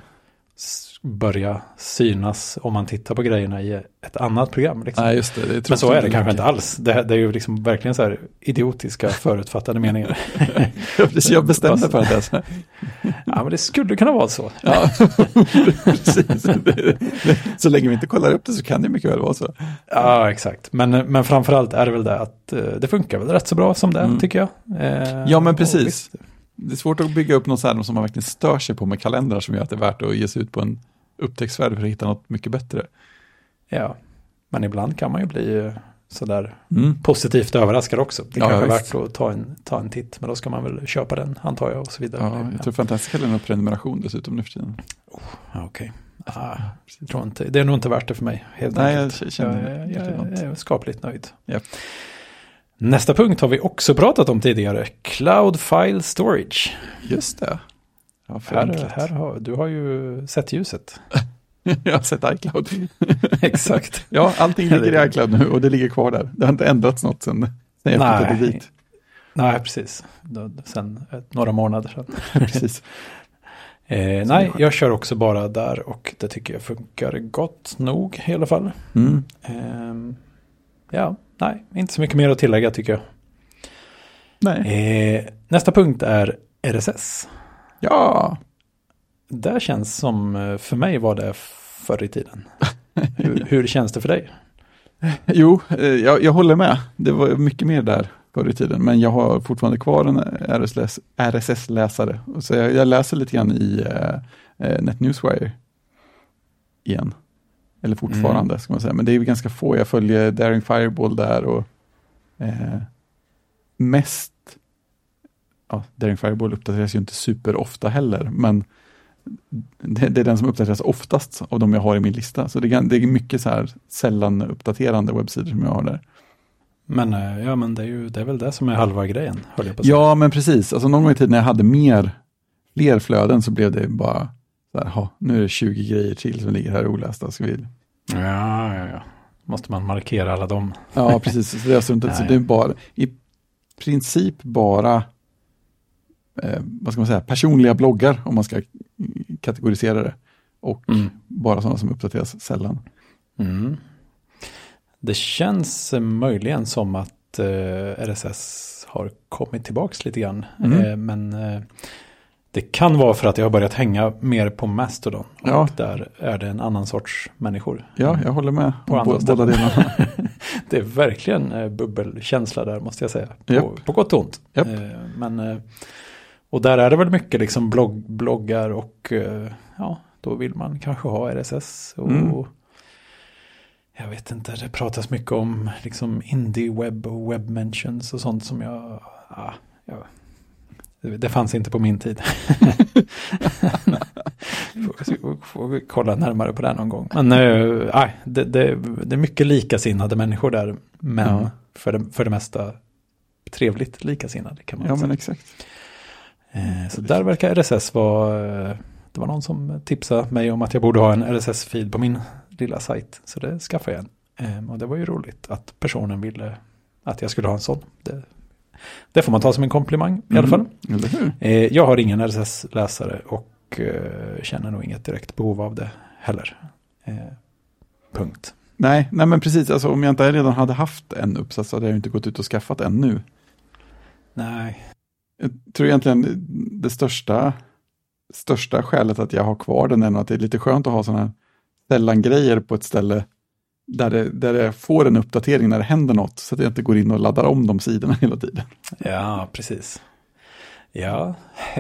börja synas om man tittar på grejerna i ett annat program. Liksom. Nej, just det. Det men så är det kanske inte alls. Det, det är ju liksom verkligen så här idiotiska förutfattade meningar. Jag bestämde för det. Så. Ja, men det skulle kunna vara så. Ja, precis. Så länge vi inte kollar upp det så kan det mycket väl vara så. Ja, exakt. Men, men framförallt är det väl det att det funkar väl rätt så bra som det, mm. tycker jag. Eh, ja, men precis. Det är svårt att bygga upp något sådant som man verkligen stör sig på med kalendrar som gör att det är värt att ge sig ut på en upptäcktsfärd för att hitta något mycket bättre. Ja, men ibland kan man ju bli sådär mm. positivt överraskad också. Det ja, kanske är värt att ta en, ta en titt, men då ska man väl köpa den, antar jag, och så vidare. Ja, jag tror fantastiskt kalender har prenumeration dessutom nu för tiden. Oh, Okej. Okay. Ah, jag tror inte, det är nog inte värt det för mig. Helt Nej, enkelt. jag känner jag, jag, jag är skapligt nöjd. Yep. Nästa punkt har vi också pratat om tidigare. Cloud File Storage. Just det. Ja, här, här har, du har ju sett ljuset. Jag har sett iCloud. Exakt. Ja, allting ligger i iCloud nu och det ligger kvar där. Det har inte ändrats något sen, sen jag flyttade dit. Nej, precis. Sen några månader sedan. Precis. eh, nej, jag kör också bara där och det tycker jag funkar gott nog i alla fall. Mm. Eh, ja. Nej, inte så mycket mer att tillägga tycker jag. Nej. Eh, nästa punkt är R S S. Ja. Det känns som, för mig var det förr i tiden. hur, hur känns det för dig? Jo, jag, jag håller med. Det var mycket mer där förr i tiden. Men jag har fortfarande kvar en R S S-läsare. Så jag, jag läser lite grann i uh, NetNewsWire igen. Eller fortfarande mm. ska man säga. Men det är ju ganska få. Jag följer Daring Fireball där och eh, mest ja, Daring Fireball uppdateras ju inte super ofta heller. Men det, det är den som uppdateras oftast av de jag har i min lista. Så det är, det är mycket så här sällan uppdaterande webbsidor som jag har där. Men, ja, men det är ju det är väl det som är halva grejen. Höll jag på ja, men precis. Alltså någon gång i tiden när jag hade mer fler flöden så blev det bara så här, nu är det tjugo grejer till som ligger här olästa. Ska vi... Ja, ja, ja. Måste man markera alla dem. Ja, precis. Så det är, inte, så det är bara, i princip bara eh, vad ska man säga, personliga bloggar om man ska kategorisera det. Och mm. bara sådana som uppdateras sällan. Mm. Det känns möjligen som att eh, R S S har kommit tillbaka lite grann. Mm. Eh, men eh, det kan vara för att jag har börjat hänga mer på Mastodon. Och ja. Där är det en annan sorts människor. Ja, jag håller med. På andra båda delarna. Det är verkligen eh, bubbelkänsla där måste jag säga. På, yep. på gott och ont. Yep. Eh, men, eh, och där är det väl mycket liksom blogg, bloggar och eh, ja, då vill man kanske ha R S S. Och mm. jag vet inte, det pratas mycket om liksom indie web och web mentions och sånt som jag... Ah, jag det fanns inte på min tid. får, får vi kolla närmare på det någon gång. Men äh, det, det, det är mycket likasinnade människor där. Men ja. för, det, för det mesta trevligt likasinnade kan man ja, säga. Men exakt. Eh, så där verkar R S S vara... Eh, det var någon som tipsade mig om att jag borde ha en R S S-feed på min lilla sajt. Så det skaffade jag en. Eh, och det var ju roligt att personen ville att jag skulle ha en sån. Det, det får man ta som en komplimang mm. i alla fall. Mm. Eh, jag har ingen R S S-läsare och eh, känner nog inget direkt behov av det heller. Eh, punkt. Nej, nej, men precis. Alltså, om jag inte redan hade haft en uppsats så hade jag inte gått ut och skaffat en nu. Nej. Jag tror egentligen det största, största skälet att jag har kvar den är att det är lite skönt att ha sådana sällan grejer på ett ställe där det, där det får en uppdatering när det händer något så att jag inte går in och laddar om de sidorna hela tiden. Ja, precis. Ja,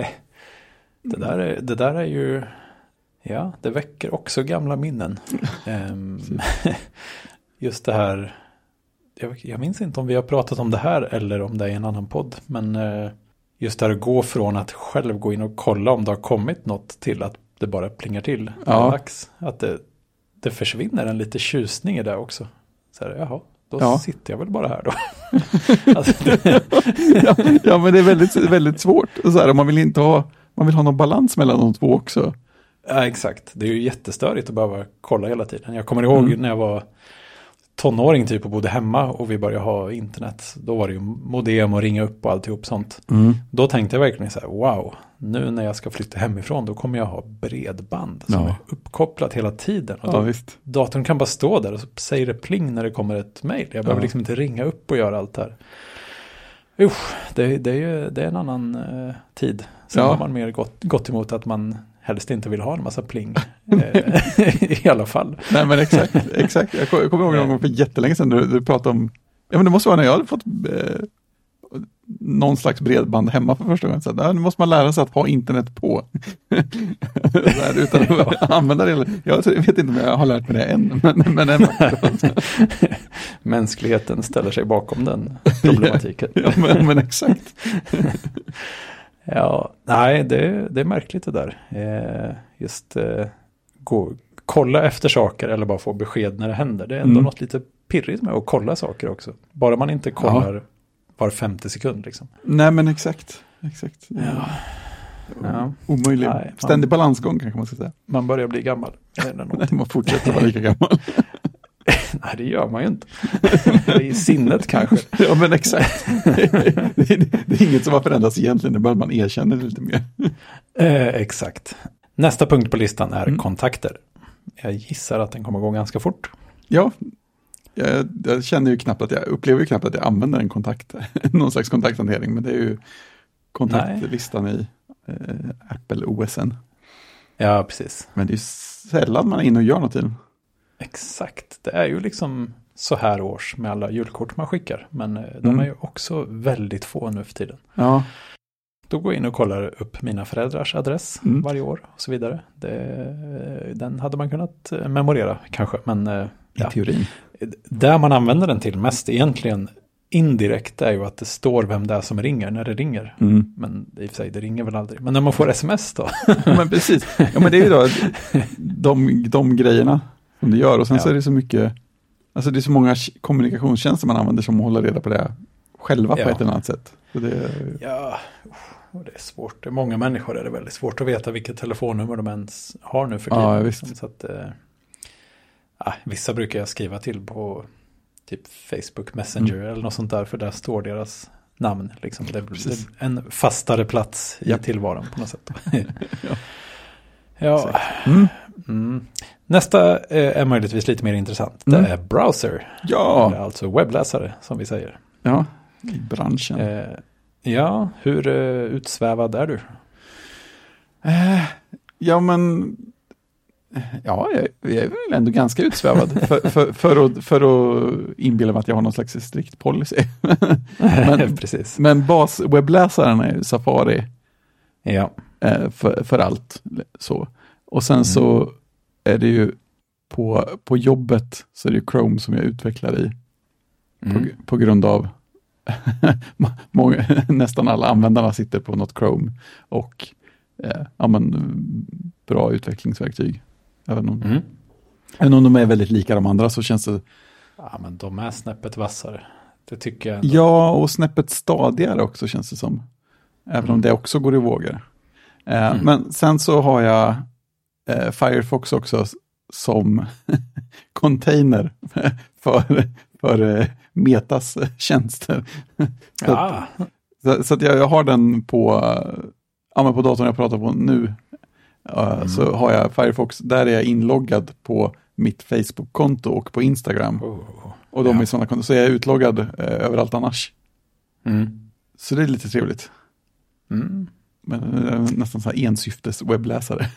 det där är, det där är ju... Ja, det väcker också gamla minnen. um, just det här, jag, jag minns inte om vi har pratat om det här eller om det är en annan podd, men uh, just det här att gå från att själv gå in och kolla om det har kommit något till att det bara plingar till. Ja. Dags, att det, det försvinner en lite tjusning i det också. Så här, jaha, då ja. sitter jag väl bara här då. alltså, det... ja, ja, men det är väldigt, väldigt svårt. Så här, man vill inte ha, man vill ha någon balans mellan de två också. Ja, exakt. Det är ju jättestörigt att behöva kolla hela tiden. Jag kommer ihåg mm. när jag var tonåring typ och bodde hemma och vi började ha internet. Då var det ju modem och ringa upp och alltihop sånt. Mm. Då tänkte jag verkligen så här, wow, nu när jag ska flytta hemifrån då kommer jag ha bredband som ja. är uppkopplat hela tiden. Och ja, då, visst. datorn kan bara stå där och så säger det pling när det kommer ett mejl. Jag behöver ja. liksom inte ringa upp och göra allt det här. Usch, det, det är ju det är en annan uh, tid. Sen ja. har man mer gått, gått emot att man helst inte vill ha en massa pling i alla fall. Nej, men exakt, exakt. Jag kommer kom ihåg någon gång för jättelänge sedan du, du pratade om, ja men det måste vara när jag hade fått eh, någon slags bredband hemma för första gången. Så där, nu måste man lära sig att ha internet på. där, utan att ja. använda det. Jag vet inte om jag har lärt mig det än. Men, men än. Mänskligheten ställer sig bakom den problematiken. ja, men, men exakt. Ja, nej, det, det är märkligt det där. Eh, just eh, gå, kolla efter saker eller bara få besked när det händer. Det är ändå mm. något lite pirrigt med att kolla saker också. Bara man inte kollar ja. var femtio sekund liksom. Nej, men exakt. exakt. Ja. Ja. Omöjlig. Nej, man, ständig balansgång kanske man ska säga. Man börjar bli gammal. Nej, man fortsätter vara lika gammal. Nej, det gör man ju inte. I sinnet kanske. Ja, men exakt. det, är, det är inget som har förändrats egentligen. Det är bara att man erkänner det lite mer. Eh, exakt. Nästa punkt på listan är mm. kontakter. Jag gissar att den kommer gå ganska fort. Ja, jag, jag känner ju knappt att jag upplever ju knappt att jag använder en kontakt. Någon slags kontakthantering. Men det är ju kontaktlistan Nej. i eh, Apple O S N. Ja, precis. Men det är sällan man är inne och gör något i den. Exakt, det är ju liksom så här års med alla julkort man skickar. Men de mm. är ju också väldigt få nu för tiden. Ja. Då går jag in och kollar upp mina föräldrars adress mm. varje år och så vidare. Det, den hade man kunnat memorera kanske. Men, I ja. teorin. Där man använder den till mest egentligen indirekt är ju att det står vem det är som ringer när det ringer. Mm. Men i och för sig, det ringer väl aldrig. Men när man får sms då? Ja, men precis. Ja, men det är ju då de, de grejerna som det gör. Och sen ja. så är det så mycket, alltså det är så många kommunikationstjänster man använder som håller reda på det själva på ja. ett eller annat sätt. Så det, ja, och det är svårt. Det är många människor är det väldigt svårt att veta vilket telefonnummer de ens har nu för tiden. Ja, visst. Så att, äh, vissa brukar jag skriva till på typ Facebook Messenger mm. eller något sånt där, för där står deras namn. Liksom. Det är en fastare plats i ja. tillvaron på något sätt. ja. ja. Mm. Mm. Nästa är möjligtvis lite mer intressant. Det mm. är browser. Ja. Eller alltså webbläsare som vi säger. Ja, i branschen. Eh, ja, hur uh, utsvävad är du? Eh, ja, men ja, jag, jag är väl ändå ganska utsvävad för, för, för, att, för att inbilla mig att jag har någon slags strikt policy. men, Precis. men baswebbläsaren är ju Safari ja. eh, för, för allt. Så. Och sen mm. så är det ju på, på jobbet så är det ju Chrome som jag utvecklar i mm. på, på grund av många, nästan alla användarna sitter på något Chrome och eh, ja, men, bra utvecklingsverktyg. Även om, mm. även om de är väldigt lika de andra så känns det... Ja, men de är snäppet vassare. Det tycker jag. Ja, och snäppet stadigare också känns det som. Även mm. om det också går i vågor. Eh, mm. Men sen så har jag eh, Firefox också som container för, för eh, Metas tjänster. så ja. att, så, så att jag, jag har den på, ja, på datorn jag pratar på nu. Uh, mm. Så har jag Firefox, där är jag inloggad på mitt Facebook-konto och på Instagram. Oh. Och de ja. är sådana konton, så jag är utloggad eh, överallt annars. Mm. Så det är lite trevligt. Mm. Men äh, nästan så här ensyftes webbläsare.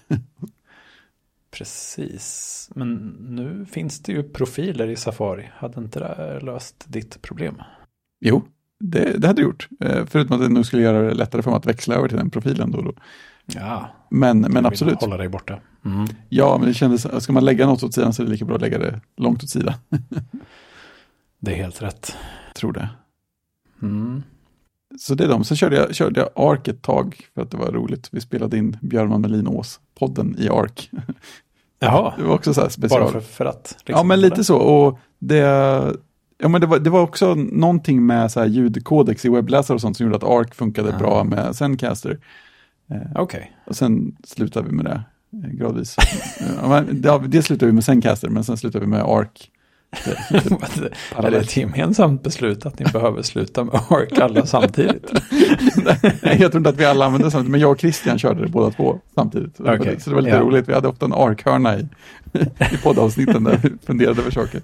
Precis. Men nu finns det ju profiler i Safari. Hade inte det löst ditt problem? Jo, det, det hade det gjort. Eh, förutom att det nu skulle göra det lättare för mig att växla över till den profilen då och då. Ja, men, men absolut. Hålla dig borta. Mm. Ja, men det kändes, ska man lägga något åt sidan så är det lika bra att lägga det långt åt sidan. Det är helt rätt. Tror det. Mm. Så det är de. Sen körde jag, körde jag Ark ett tag för att det var roligt. Vi spelade in Björn Melin Ås-podden i Ark. Jaha. Det var också så här special. Bara för, för att? Liksom, ja, men lite eller? Så. Och det, ja, men det, var, det var också någonting med så här ljudkodex i webbläsare och sånt som gjorde att Ark funkade mm. bra med Zencaster. Okej. Okay. Och sen slutade vi med det gradvis. ja, det slutade vi med Zencaster, men sen slutade vi med Ark. Är det ett gemensamt beslut att ni behöver sluta med Ark alla samtidigt? Nej, jag tror inte att vi alla använde det samtidigt, men jag och Christian körde det båda två samtidigt. Okay. Så det var lite ja. roligt. Vi hade ofta en Ark-hörna i, i poddavsnitten där vi funderade över saker.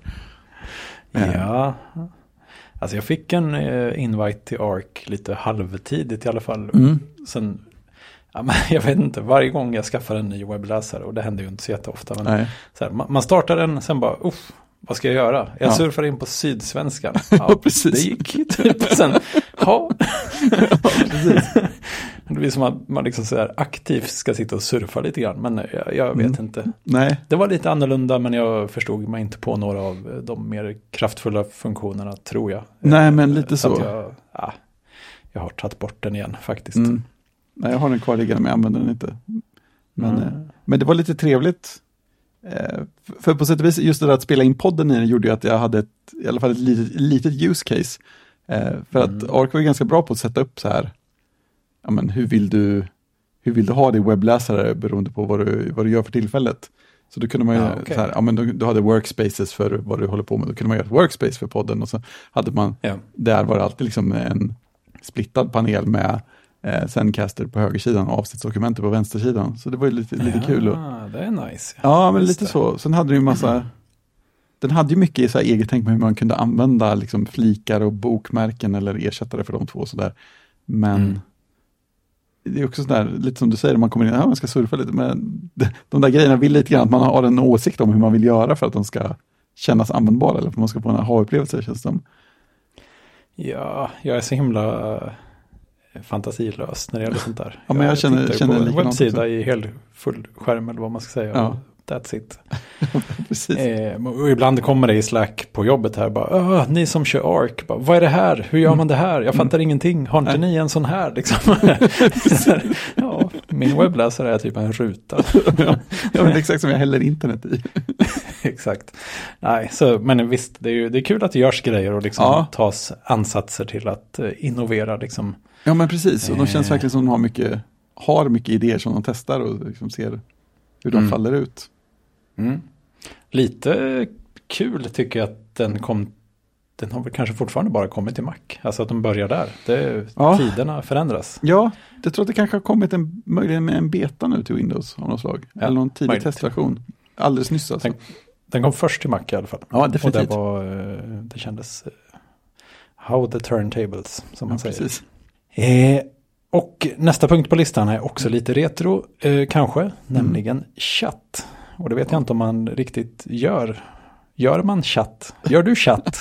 Ja, alltså jag fick en uh, invite till Ark lite halvtidigt i alla fall. Mm. Sen, ja, men jag vet inte, varje gång jag skaffar en ny webbläsare, och det händer ju inte så jätteofta, men så här, man, man startar den, sen bara, uff, vad ska jag göra? Jag ja. surfar in på Sydsvenskan. Ja, precis. Det gick typ. Sen, ja. ja precis. Det blir som att man liksom så här aktivt ska sitta och surfa lite grann. Men jag, jag vet mm. inte. Nej. Det var lite annorlunda, men jag förstod mig inte på några av de mer kraftfulla funktionerna, tror jag. Nej, men lite så. så. Jag, ja, jag har tagit bort den igen faktiskt. Mm. Nej, jag har den kvar liggande, men jag använder den inte. Men, mm. men det var lite trevligt. För på sätt och vis, just det där att spela in podden i den gjorde ju att jag hade ett, i alla fall ett litet, litet use case. För att mm. Ark var ganska bra på att sätta upp så här, ja men hur vill du, hur vill du ha din webbläsare beroende på vad du, vad du gör för tillfället. Så då kunde man ju, ja, okay. så här, ja men du, du hade workspaces för vad du håller på med, då kunde man göra ett workspace för podden och så hade man, ja. där var det alltid liksom en splittad panel med Eh, Zencaster på högersidan och avsnittsdokumentet på vänstersidan. Så det var ju lite, lite ja, kul. Och, det är nice. Ja, men lite det. så. Sen hade du ju massa, mm. den hade ju mycket så här eget tänk med hur man kunde använda liksom flikar och bokmärken eller ersättare för de två och sådär. Men mm. det är också sådär, lite som du säger, man kommer in, ja man ska surfa lite, men de där grejerna vill lite grann att man har en åsikt om hur man vill göra för att de ska kännas användbara eller för att man ska få en aha-upplevelse, känns det som. Ja, jag är så himla fantasilös när det gäller sånt där. Ja, men jag, jag känner, känner på en webbsida också. I hel full skärm eller vad man ska säga. Ja. That's it. Precis. Eh, och ibland kommer det i Slack på jobbet här bara, ni som kör Ark, bara, vad är det här? Hur gör man det här? Jag fattar mm. ingenting. Har inte Nej. ni en sån här? Liksom? Ja, min webbläsare är typ en ruta. Ja, ja, men exakt som jag häller internet i. Exakt. Nej, så, men visst, det är, ju, det är kul att det görs grejer och liksom ja. tas ansatser till att uh, innovera. Liksom. Ja, men precis. Och de känns verkligen som de har mycket, har mycket idéer som de testar och liksom ser hur de mm. faller ut. Mm. Lite kul tycker jag att den kom, den har väl kanske fortfarande bara kommit till Mac. Alltså att de börjar där. Det, ja. Tiderna förändras. Ja, jag tror att det kanske har kommit en, möjligen med en beta nu till Windows av något slag. Ja, eller någon tidig möjligt. testversion. Alldeles nyss alltså. Den, den kom först till Mac i alla fall. Ja, definitivt. Och det, var, det kändes how the turntables, som man ja, säger. Precis. Eh, och nästa punkt på listan är också lite retro, eh, kanske, mm. nämligen chatt. Och det vet jag inte om man riktigt gör. Gör man chatt? Gör du chatt?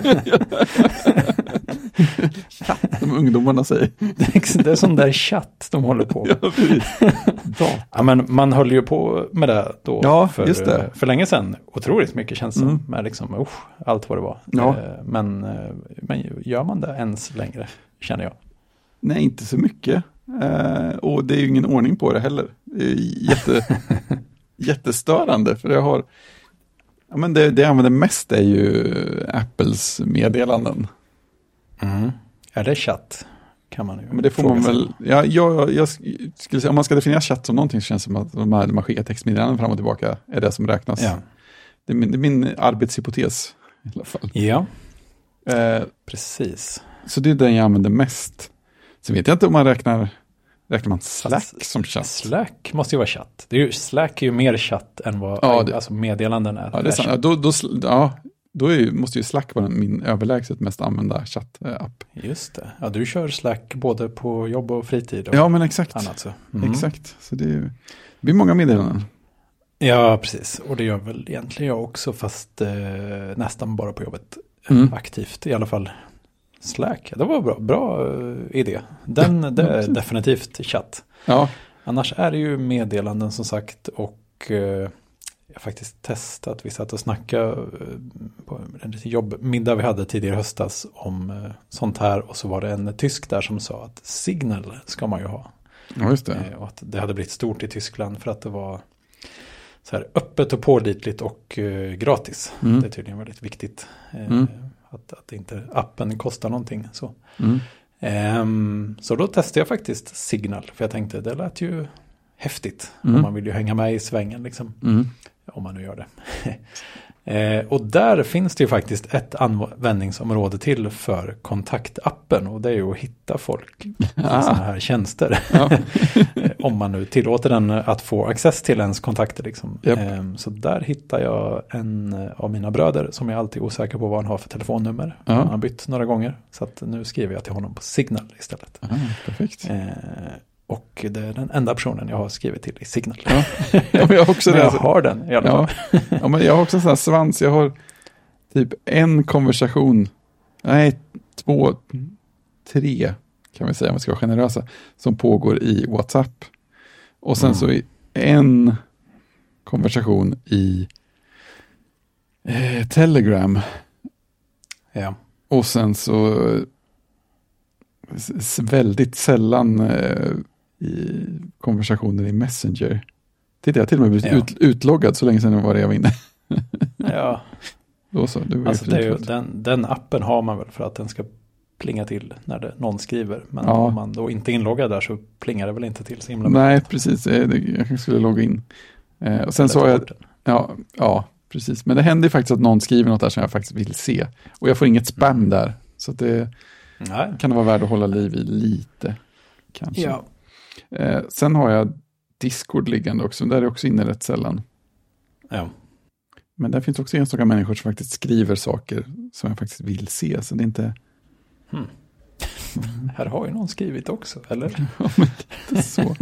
Chatt, som ungdomarna säger. Det är sån där chatt de håller på. Ja, ja, men man höll ju på med det då ja, för, just det. för länge sedan. Otroligt mycket känns som. Mm. Med liksom, uh, allt vad det var. Ja. Men, men gör man det ens längre, känner jag? Nej, inte så mycket. Uh, och det är ju ingen ordning på det heller. Det är jätte... jättestörande, för jag har ja, men det, det jag använder mest är ju Apples meddelanden. Mm. Är det chatt? kan man ju. Men det får man väl, ja, jag, jag skulle säga, om man ska definiera chatt som någonting så känns det som att de här man skickar textmeddelanden fram och tillbaka är det som räknas. Ja. Det, är min, det är min arbetshypotes i alla fall. Ja, eh, precis. Så det är den jag använder mest. Så vet jag inte om man räknar, räknar man Slack Fast, som chatt. Slack måste ju vara chatt. Det är ju, Slack är ju mer chatt än vad ja, det, alltså meddelanden är. Ja, det är sant. Ja, då, då, ja, då är ju, måste ju Slack vara min överlägset mest använda chattapp. Just det. Ja, du kör Slack både på jobb och fritid. Och ja, men exakt. Annat, så. Mm. Exakt. Så det, är, det blir många meddelanden. Ja, precis. Och det gör väl egentligen jag också, fast eh, nästan bara på jobbet. Mm. Aktivt, i alla fall. Slack, det var bra, bra uh, idé. Den, ja, det är definitivt chatt. Ja. Annars är det ju meddelanden som sagt, och uh, jag har faktiskt testat, vi satt och snackade uh, på en jobbmiddag vi hade tidigare höstas om uh, sånt här, och så var det en tysk där som sa att Signal ska man ju ha. Ja, just det. Uh, och att det hade blivit stort i Tyskland för att det var så här öppet och pålitligt och uh, gratis. Mm. Det är tydligen väldigt viktigt. Uh, mm. Att, att inte appen kostar någonting. Så. Mm. Um, så då testade jag faktiskt Signal. För jag tänkte, det lät ju häftigt. Mm. Och man vill ju hänga med i svängen liksom. Mm. Om man nu gör det. uh, och där finns det ju faktiskt ett användningsområde till för kontaktappen. Och det är ju att hitta folk i ah. sådana här tjänster. Ja. Om man nu tillåter den att få access till ens kontakter. Liksom. Yep. Um, så där hittar jag en av mina bröder som jag alltid är osäker på vad han har för telefonnummer. Ja. Han har bytt några gånger. Så att nu skriver jag till honom på Signal istället. Ah, perfekt. Uh, och det är den enda personen jag har skrivit till i Signal. Ja. Ja, men jag har också men det. jag har den i alla fall. Ja. Ja, men jag har också en sån här svans. Jag har typ en konversation. Nej, två, tre kan vi säga om vi ska vara generösa. Som pågår i WhatsApp. Och sen mm. så är en konversation i eh, Telegram. Ja. Och sen så s- väldigt sällan eh, i konversationer i Messenger. Titta, jag till och med blivit ja. ut, utloggad så länge sedan var det jag var inne. Ja. Då så, det var alltså det är ju, den, den appen har man väl för att den ska plinga till när det, någon skriver. Men ja. Om man då inte är inloggad där så plingar det väl inte till så himla mycket. Nej, precis. Jag skulle logga in. Eh, och sen så har jag... Ja, ja, precis. Men det händer ju faktiskt att någon skriver något där som jag faktiskt vill se. Och jag får inget spam mm. där. Så att det Nej. kan det vara värt att hålla liv i lite. Kanske. Ja. Eh, sen har jag Discord liggande också. Där är jag också inne rätt sällan. Ja. Men där finns också enstaka människor som faktiskt skriver saker som jag faktiskt vill se. Så det är inte... Hmm. Mm. Här har ju någon skrivit också, eller? Ja, men inte så.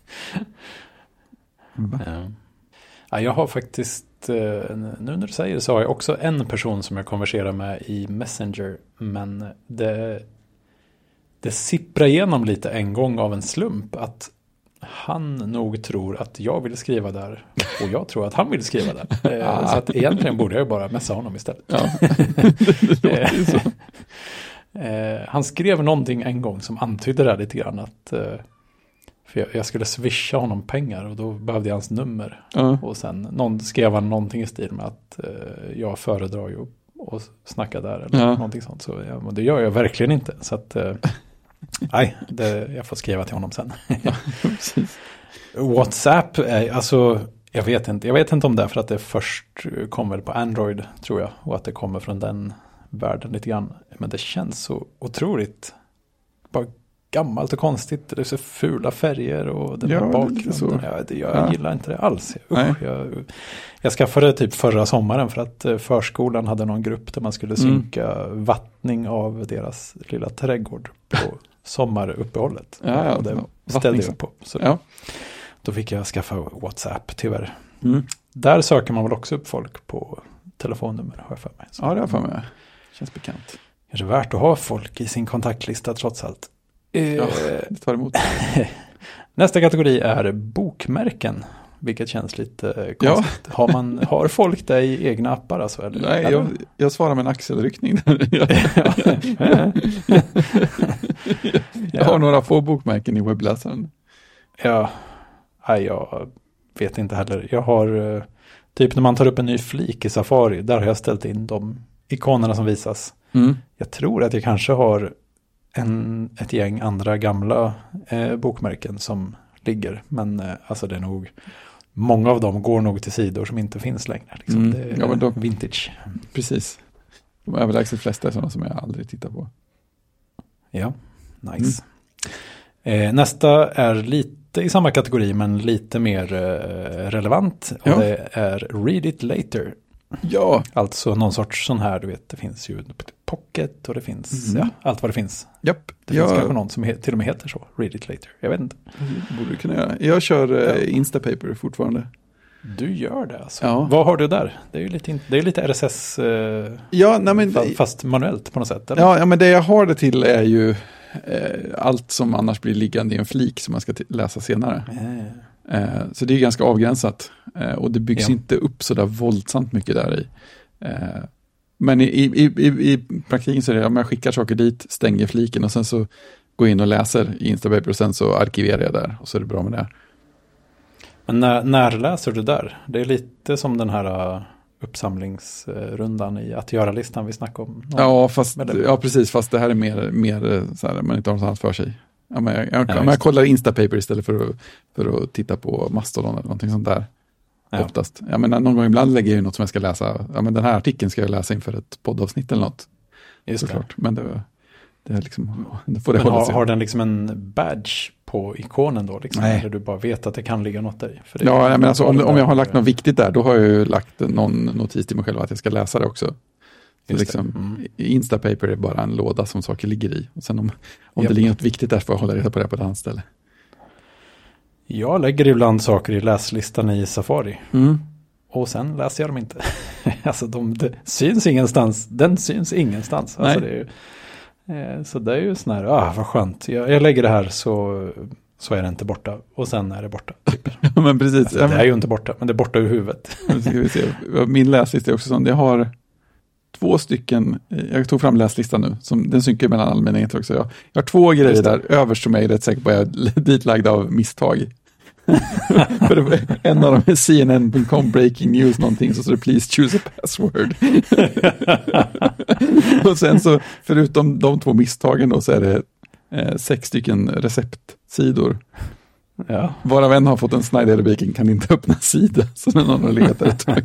Ja. Ja, jag har faktiskt, nu när du säger det så har jag också en person som jag konverserar med i Messenger. Men det, det sipprar igenom lite en gång av en slump att han nog tror att jag vill skriva där och jag tror att han vill skriva där. Ah. Så att egentligen borde jag bara messa honom istället. Ja, det låter ju så. Eh, han skrev någonting en gång som antydde det lite grann att eh, för jag, jag skulle swisha honom pengar och då behövde jag hans nummer. Uh. Och sen någon, skrev han någonting i stil med att eh, jag föredrar ju att snacka där eller uh. någonting sånt. Så ja, men det gör jag verkligen inte. Så att eh, nej, det, jag får skriva till honom sen. Ja, WhatsApp, är, alltså jag vet inte. Jag vet inte om det är för att det först kommer på Android tror jag och att det kommer från den världen lite grann. Men det känns så otroligt bara gammalt och konstigt. Det är så fula färger och den ja, här bakgrunden. Ja, det, jag ja. gillar inte det alls. Usch, jag, jag skaffade typ förra sommaren för att förskolan hade någon grupp där man skulle synka mm. vattning av deras lilla trädgård på sommaruppehållet. Ja, ja, och det ja. ställde jag på. Så ja. Då fick jag skaffa WhatsApp tyvärr. Mm. Där söker man väl också upp folk på telefonnummer har jag för mig. Så ja, det har jag för mig. Känns bekant. Kanske värt att ha folk i sin kontaktlista trots allt. Ja, det tar emot. Nästa kategori är bokmärken. Vilket känns lite konstigt. Ja. Har, man, har folk det i egna appar alltså? Eller? Nej, jag, jag svarar med en axelryckning. Där. jag, jag har några få bokmärken i webbläsaren. Ja, nej, jag vet inte heller. Jag har, typ när man tar upp en ny flik i Safari, där har jag ställt in de ikonerna som visas. Mm. Jag tror att jag kanske har en, ett gäng andra gamla eh, bokmärken som ligger. Men eh, alltså det är nog, många av dem går nog till sidor som inte finns längre. Liksom. Mm. Det är ja, men då, vintage. Precis. De överlägset flesta är sådana som jag aldrig tittar på. Ja, nice. Mm. Eh, nästa är lite i samma kategori men lite mer eh, relevant. Och ja. Det är Read It Later. Ja. Alltså någon sorts sån här, du vet, det finns ju Pocket och det finns, mm. ja, allt vad det finns. Japp. Det jag... finns kanske någon som he- till och med heter så, Read It Later. Jag vet inte. Mm, borde du kunna göra. Jag kör ja. eh, Instapaper fortfarande. Du gör det alltså. Ja. Vad har du där? Det är ju lite, det är lite R S S eh, ja, nej, men, fast manuellt på något sätt. Eller? Ja, ja, men det jag har det till är ju eh, allt som annars blir liggande i en flik som man ska t- läsa senare. Mm. Eh, så det är ganska avgränsat. Eh, och det byggs ja. inte upp så där våldsamt mycket där i. Eh, men i, i, i, i praktiken så är det, om jag skickar saker dit, stänger fliken och sen så går jag in och läser i Instapaper och sen så arkiverar jag där och så är det bra med det. Men när, när läser du där? Det är lite som den här uh, uppsamlingsrundan i att göra-listan vi snackade om. Ja, fast, ja, precis. Fast det här är mer, mer så här, man inte har något annat för sig. Ja, men jag, jag, ja, jag kollar Instapaper istället för att, för att titta på Mastodon eller någonting sånt där. Ja. Oftast. Jag menar, någon gång ibland lägger jag ju något som jag ska läsa. Ja, men den här artikeln ska jag läsa inför ett poddavsnitt eller något. Just såklart. Det. Men det, det är liksom, det får det men hålla har, sig. Har den liksom en badge på ikonen då? Liksom, Nej. Eller du bara vet att det kan ligga något där? För det ja, men alltså, om, om jag har lagt något viktigt där, då har jag ju lagt någon notis till mig själv att jag ska läsa det också. Så liksom, mm. Instapaper är bara en låda som saker ligger i. Och sen om, om det ligger något viktigt där får jag hålla reda på det på ett annat ställe. Jag lägger ibland saker i läslistan i Safari. Mm. Och sen läser jag dem inte. alltså de, det syns ingenstans. Den syns ingenstans. Alltså det är ju, eh, så det är ju sån här, ah vad skönt. Jag, jag lägger det här så, så är det inte borta. Och sen är det borta. Typ. men precis. Alltså, det är ju inte borta, men det är borta ur huvudet. Min läslista är också sån. Jag har två stycken, jag tog fram läslistan nu, som, den synkar mellan allmänheter också. Jag, jag har två grejer där överst som jag är rätt säker på att jag är ditlagda av misstag. För en av dem är C N N dot com breaking news någonting, så står det please choose a password. Och sen så, förutom de två misstagen då, så är det eh, sex stycken receptsidor. Ja. Varav en har fått en Snyder-baking, kan inte öppna sida, så den har legat ett tag.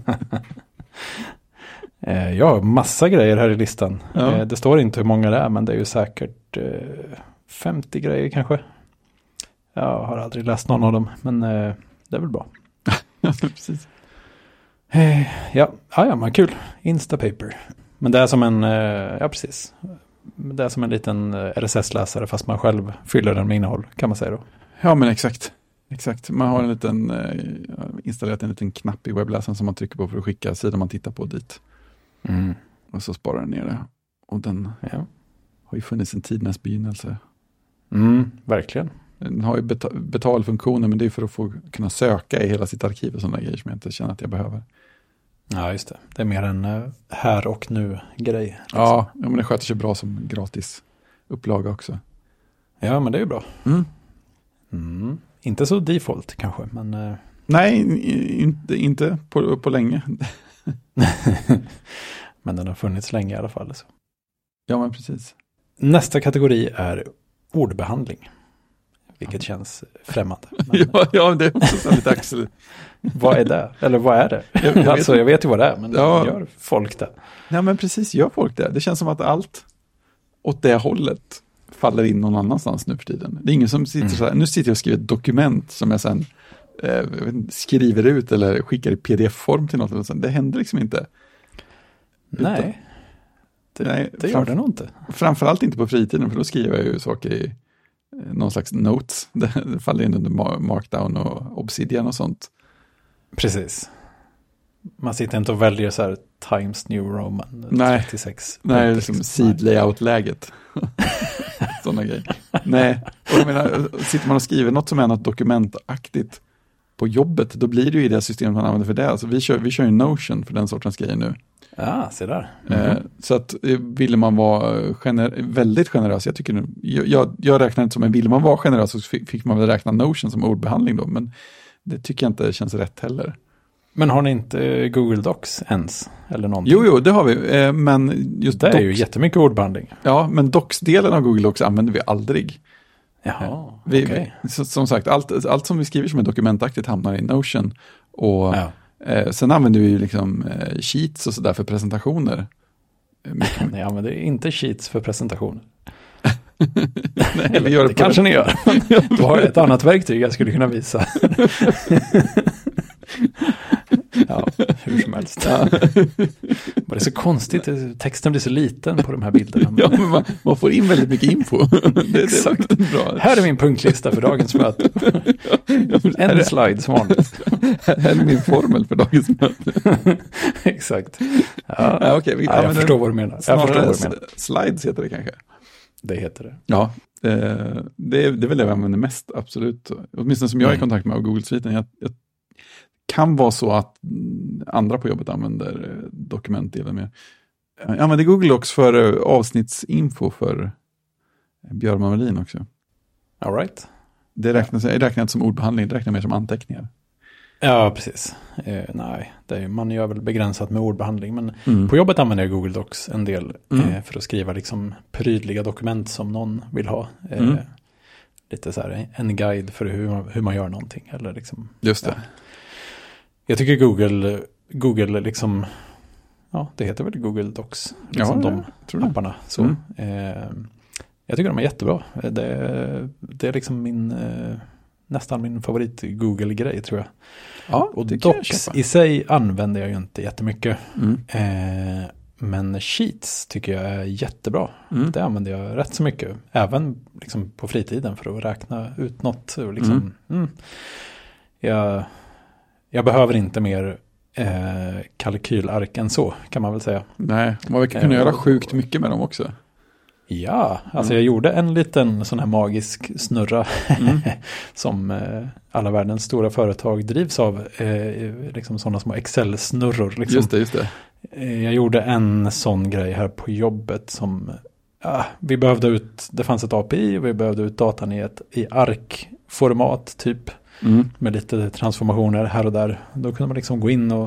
Jag har massa grejer här i listan. Ja. Det står inte hur många det är, men det är ju säkert femtio grejer kanske. Jag har aldrig läst någon av dem, men det är väl bra. Ja, precis. Ja, ja, ja, men kul. Instapaper. Men det är som en, ja precis. Det är som en liten R S S-läsare fast man själv fyller den med innehåll, kan man säga då. Ja, men exakt. Exakt. Man har en liten, installerat en liten knapp i webbläsaren som man trycker på för att skicka sidan man tittar på dit. Mm. Och så sparar den ner det. Och den ja. har ju funnits en tidernas begynnelse. Mm, verkligen. Den har ju betal- betalfunktioner, men det är för att få kunna söka i hela sitt arkiv och sådana grejer som jag inte känner att jag behöver. Ja, just det. Det är mer en uh, här och nu-grej. Liksom. Ja, ja, men det sköter sig bra som gratis upplaga också. Ja, men det är ju bra. Mm. Mm. Inte så default kanske, men... Uh... Nej, inte, inte på, på länge. Men den har funnits länge i alla fall. Så. Ja, men precis. Nästa kategori är ordbehandling. Vilket känns främmande. Men, ja, ja, det är också så lite axel. Vad är det? Eller vad är det? Jag, jag alltså, vet jag vet ju vad det är, men ja. gör folk det? Nej, men precis, gör folk det? Det känns som att allt åt det hållet faller in någon annanstans nu för tiden. Det är ingen som sitter mm. så här, nu sitter jag och skriver ett dokument som jag sen eh, skriver ut eller skickar i P D F-form till något. Det händer liksom inte. Nej, det, nej, det gör det nog inte. Framförallt inte på fritiden, för då skriver jag ju saker i någon slags notes. Det, det faller in under Markdown och Obsidian och sånt. Precis. Man sitter inte och väljer så här Times New Roman nej, trettiosex. Nej, det är liksom seed-layout-läget. Sådana grejer. Nej, och jag menar, sitter man och skriver något som är något dokumentaktigt på jobbet, då blir det ju i det systemet man använder för det. Alltså vi kör, vi kör ju Notion för den sortens grejer nu. Ja, se där. Mm. Eh, så att ville man vara gener- väldigt generös, jag tycker nu, jag, jag, jag räknar inte som en, ville man vara generös så fick, fick man väl räkna Notion som ordbehandling då, men det tycker jag inte känns rätt heller. Men har ni inte Google Docs ens? Eller någonting? Jo, jo, det har vi. Eh, men just det är Docs, ju jättemycket ordbehandling. Ja, men Docs-delen av Google Docs använder vi aldrig. Jaha, vi, okay. vi, Som sagt, allt, allt som vi skriver som är dokumentaktigt hamnar i Notion. Och ja. eh, sen använder vi ju liksom eh, sheets och sådär för presentationer. Ni använder inte sheets för presentationer. Nej, Eller, vi gör det, det kanske ni gör. Då har jag ett annat verktyg jag skulle kunna visa. Ja, hur som helst. Ja. Det är så konstigt, texten blir så liten på de här bilderna. Ja, men man, man får in väldigt mycket info. Det, Exakt. Det bra. Här är min punktlista för dagens möte. En är, slide som vanligt. Här är min formel för dagens möte. Exakt. Ja, ja, okay, vi, ja, jag förstår vad du menar. Jag förstår vad du menar. Slides heter det kanske. Det heter det. Ja, eh, det, är, det är väl det vi använder mest, absolut. Åtminstone som jag är i kontakt med av Google-sviten. Jag, jag kan vara så att andra på jobbet använder dokumentdelen mer. Jag använder Google Docs för avsnittsinfo för Björn Melin också. All right. Det räknas, jag räknar inte som ordbehandling, det räknar mer som anteckningar. Ja, precis. Eh, nej, det är, man gör väl begränsat med ordbehandling. Men mm. på jobbet använder jag Google Docs en del mm. eh, för att skriva liksom prydliga dokument som någon vill ha. Eh, mm. Lite så här, en guide för hur man, hur man gör någonting. Eller liksom, just det. Ja. Jag tycker Google, Google liksom, ja, det heter väl Google Docs. Liksom ja, de tror apparna. Så, mm. eh, jag tycker de är jättebra. Det, det är liksom min, eh, nästan min favorit Google-grej tror jag. Ja, och Docs i sig använder jag ju inte jättemycket. Mm. Eh, men Sheets tycker jag är jättebra. Mm. Det använder jag rätt så mycket. Även liksom på fritiden för att räkna ut något. Liksom, mm. Mm, jag... Jag behöver inte mer eh, kalkylark än så, kan man väl säga. Nej, man verkar kunna eh, göra sjukt mycket med dem också. Ja, alltså mm. jag gjorde en liten sån här magisk snurra mm. som eh, alla världens stora företag drivs av. Eh, liksom sådana små Excel-snurror. Liksom. Just det, just det. Eh, jag gjorde en sån grej här på jobbet som ah, vi behövde ut, det fanns ett A P I och vi behövde ut datan i ett i arkformat typ. Mm. Med lite transformationer här och där. Då kunde man liksom gå in och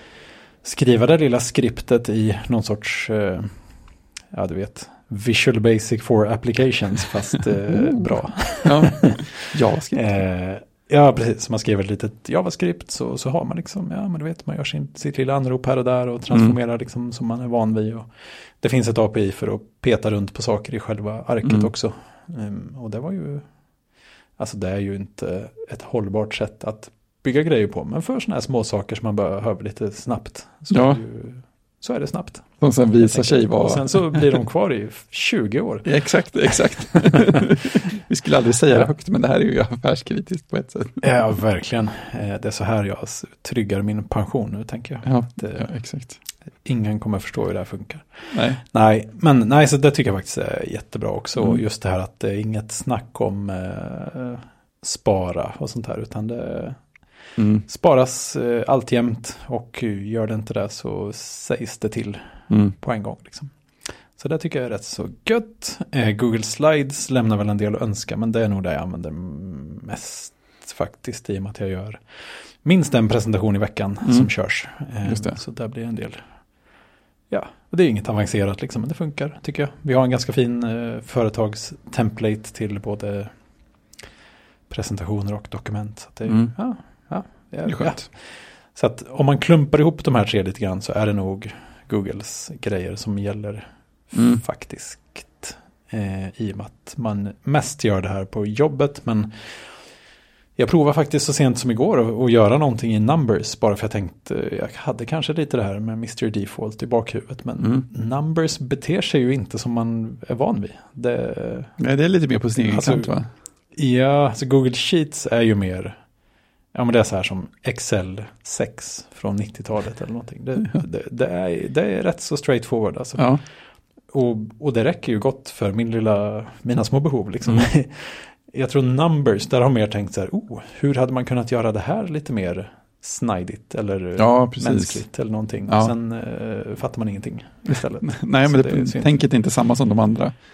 skriva det lilla skriptet i någon sorts, eh, ja du vet, Visual Basic for Applications, fast eh, bra. Ja, JavaScript. eh, ja, precis. Man skriver ett litet JavaScript så, så har man liksom, ja men du vet, man gör sin, sitt lilla anrop här och där och transformerar mm. liksom som man är van vid. Och det finns ett A P I för att peta runt på saker i själva arket mm. också. Um, och det var ju... Alltså det är ju inte ett hållbart sätt att bygga grejer på. Men för sådana här små saker som man behöver lite snabbt. Så, ja. är, det ju, så är det snabbt. Som sen visar sig vara... Och sen så blir de kvar i tjugo år. Ja, exakt, exakt. Vi skulle aldrig säga ja. det högt, men det här är ju affärskritiskt på ett sätt. Ja, verkligen. Det är så här jag tryggar min pension nu, tänker jag. Ja, det, ja exakt. Ingen kommer förstå hur det här funkar. Nej. Nej, men nej, så det tycker jag faktiskt är jättebra också. Mm. Just det här att det är inget snack om eh, spara och sånt här, utan det mm. sparas eh, alltjämt och gör det inte det så sägs det till mm. på en gång. Liksom. Så det tycker jag är rätt så gött. Eh, Google Slides lämnar väl en del att önska, men det är nog det jag använder mest faktiskt i och med att jag gör minst en presentation i veckan mm. som körs. Eh, Just det. Så där blir en del. Ja, och det är inget avancerat liksom, men det funkar tycker jag. Vi har en ganska fin eh, företagstemplate till både presentationer och dokument. Så att det, mm. ja, ja, det är, det är skönt. Ja. Så att om man klumpar ihop de här tre lite grann så är det nog Googles grejer som gäller mm. faktiskt. Eh, I och med att man mest gör det här på jobbet, men jag provade faktiskt så sent som igår att göra någonting i Numbers, bara för jag tänkte, jag hade kanske lite det här med mister Default i bakhuvudet, men mm. Numbers beter sig ju inte som man är van vid. Det, Nej, det är lite mer på sin egen alltså, kant, va? Ja, alltså Google Sheets är ju mer, ja men det är så här som Excel sex från nittiotalet eller någonting. Det, ja. det, det, är, det är rätt så straightforward alltså. Ja. Och, och det räcker ju gott för min lilla, mina små behov liksom. Mm. Jag tror Numbers, där har mer tänkt så här, oh, hur hade man kunnat göra det här lite mer snidigt eller ja, mänskligt eller någonting. Ja. Sen uh, fattar man ingenting istället. Nej, men det, tänket är inte samma som de andra.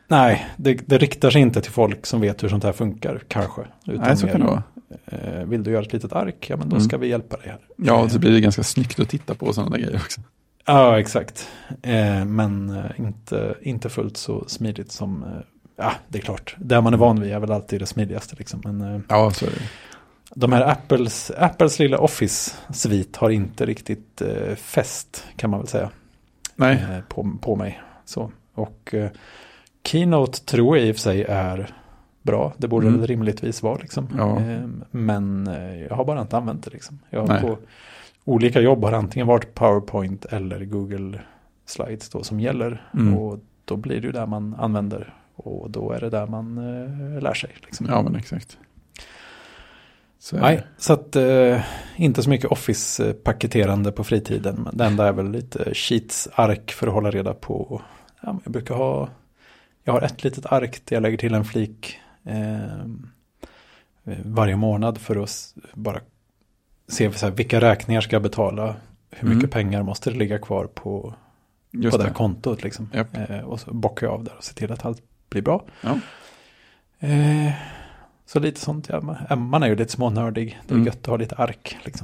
Nej, det, det riktar sig inte till folk som vet hur sånt här funkar, kanske. Utan Nej, så kan det vara. Eh, vill du göra ett litet ark? Ja, men då ska mm. vi hjälpa dig här. Ja, och så blir det ganska snyggt att titta på sådana där grejer också. Ja, exakt. Eh, men eh, inte, inte fullt så smidigt som... Eh, ja, det är klart. Det man är van vid är väl alltid det smidigaste. Liksom. Men, eh, ja, så är det. De här Apples, Apples lilla Office-svit har inte riktigt eh, fäst, kan man väl säga. Nej. Eh, på, på mig. Så. Och eh, Keynote tror jag i och för sig är bra. Det borde mm. rimligtvis vara. Liksom. Ja. Eh, men eh, jag har bara inte använt det. Liksom. Jag har på olika jobb har antingen varit PowerPoint eller Google Slides då, som gäller. Mm. Och då blir det ju där man använder. Och då är det där man eh, lär sig. Liksom. Ja, men exakt. Så Nej, så att eh, inte så mycket Office-paketerande på fritiden. Men det enda är väl lite sheets-ark för att hålla reda på. Ja, jag brukar ha, jag har ett litet ark där jag lägger till en flik eh, varje månad för att bara se så här, vilka räkningar ska jag betala. Hur mycket mm. pengar måste det ligga kvar på, på det här kontot. Liksom. Yep. Eh, och så bockar jag av där och ser till att allt blir bra. Ja. Eh, Så lite sånt, ja, man är ju lite smånördig. Det är mm. gött att ha lite ark. Liksom.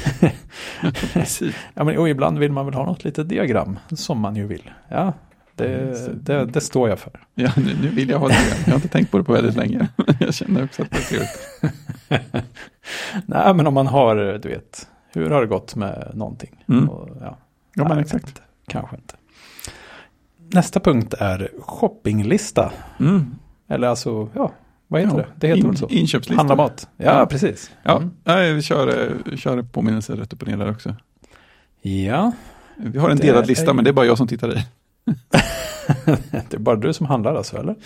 ja, men, och ibland vill man väl ha något litet diagram som man ju vill. Ja, det, det, det står jag för. Ja, nu, nu vill jag ha det. Jag har inte tänkt på det på väldigt länge. Jag känner också att det är trevligt. Nej, men om man har, du vet, hur har det gått med någonting? Mm. Och, ja, ja, men nej, exakt. Inte, kanske inte. Nästa punkt är shoppinglista. Mm. Eller alltså, ja. Vad heter ja, det? Det heter in, väl så? Inköpslistor. Handla mat. Ja, ja. precis. Ja, mm. ja vi kör, kör påminnelser rätt upp och ner där också. Ja. Vi har en delad är, lista, är... men det är bara jag som tittar i. Det är bara du som handlar alltså, eller?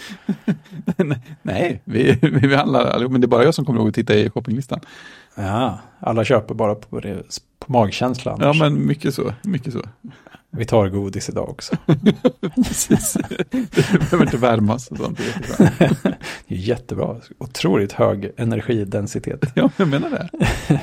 Nej, vi, vi handlar, men det är bara jag som kommer ihåg att titta i shoppinglistan. Ja, alla köper bara på, det, på magkänslan. Ja, men mycket så, mycket så. Vi tar godis idag också. Precis. Det behöver inte värmas och sånt. Det är, det är jättebra. Otroligt hög energidensitet. Ja, jag menar det.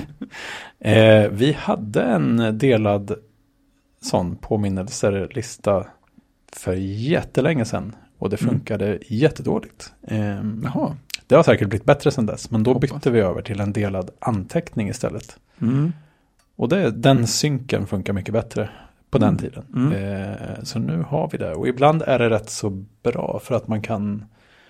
eh, vi hade en delad sån påminnelserlista för jättelänge sedan. Och det funkade mm. jättedåligt. Eh, Jaha. Det har säkert blivit bättre sedan dess. Men då Hoppas. bytte vi över till en delad anteckning istället. Mm. Och det, den synken funkar mycket bättre på den mm. tiden. Mm. Eh, så nu har vi det. Och ibland är det rätt så bra för att man kan...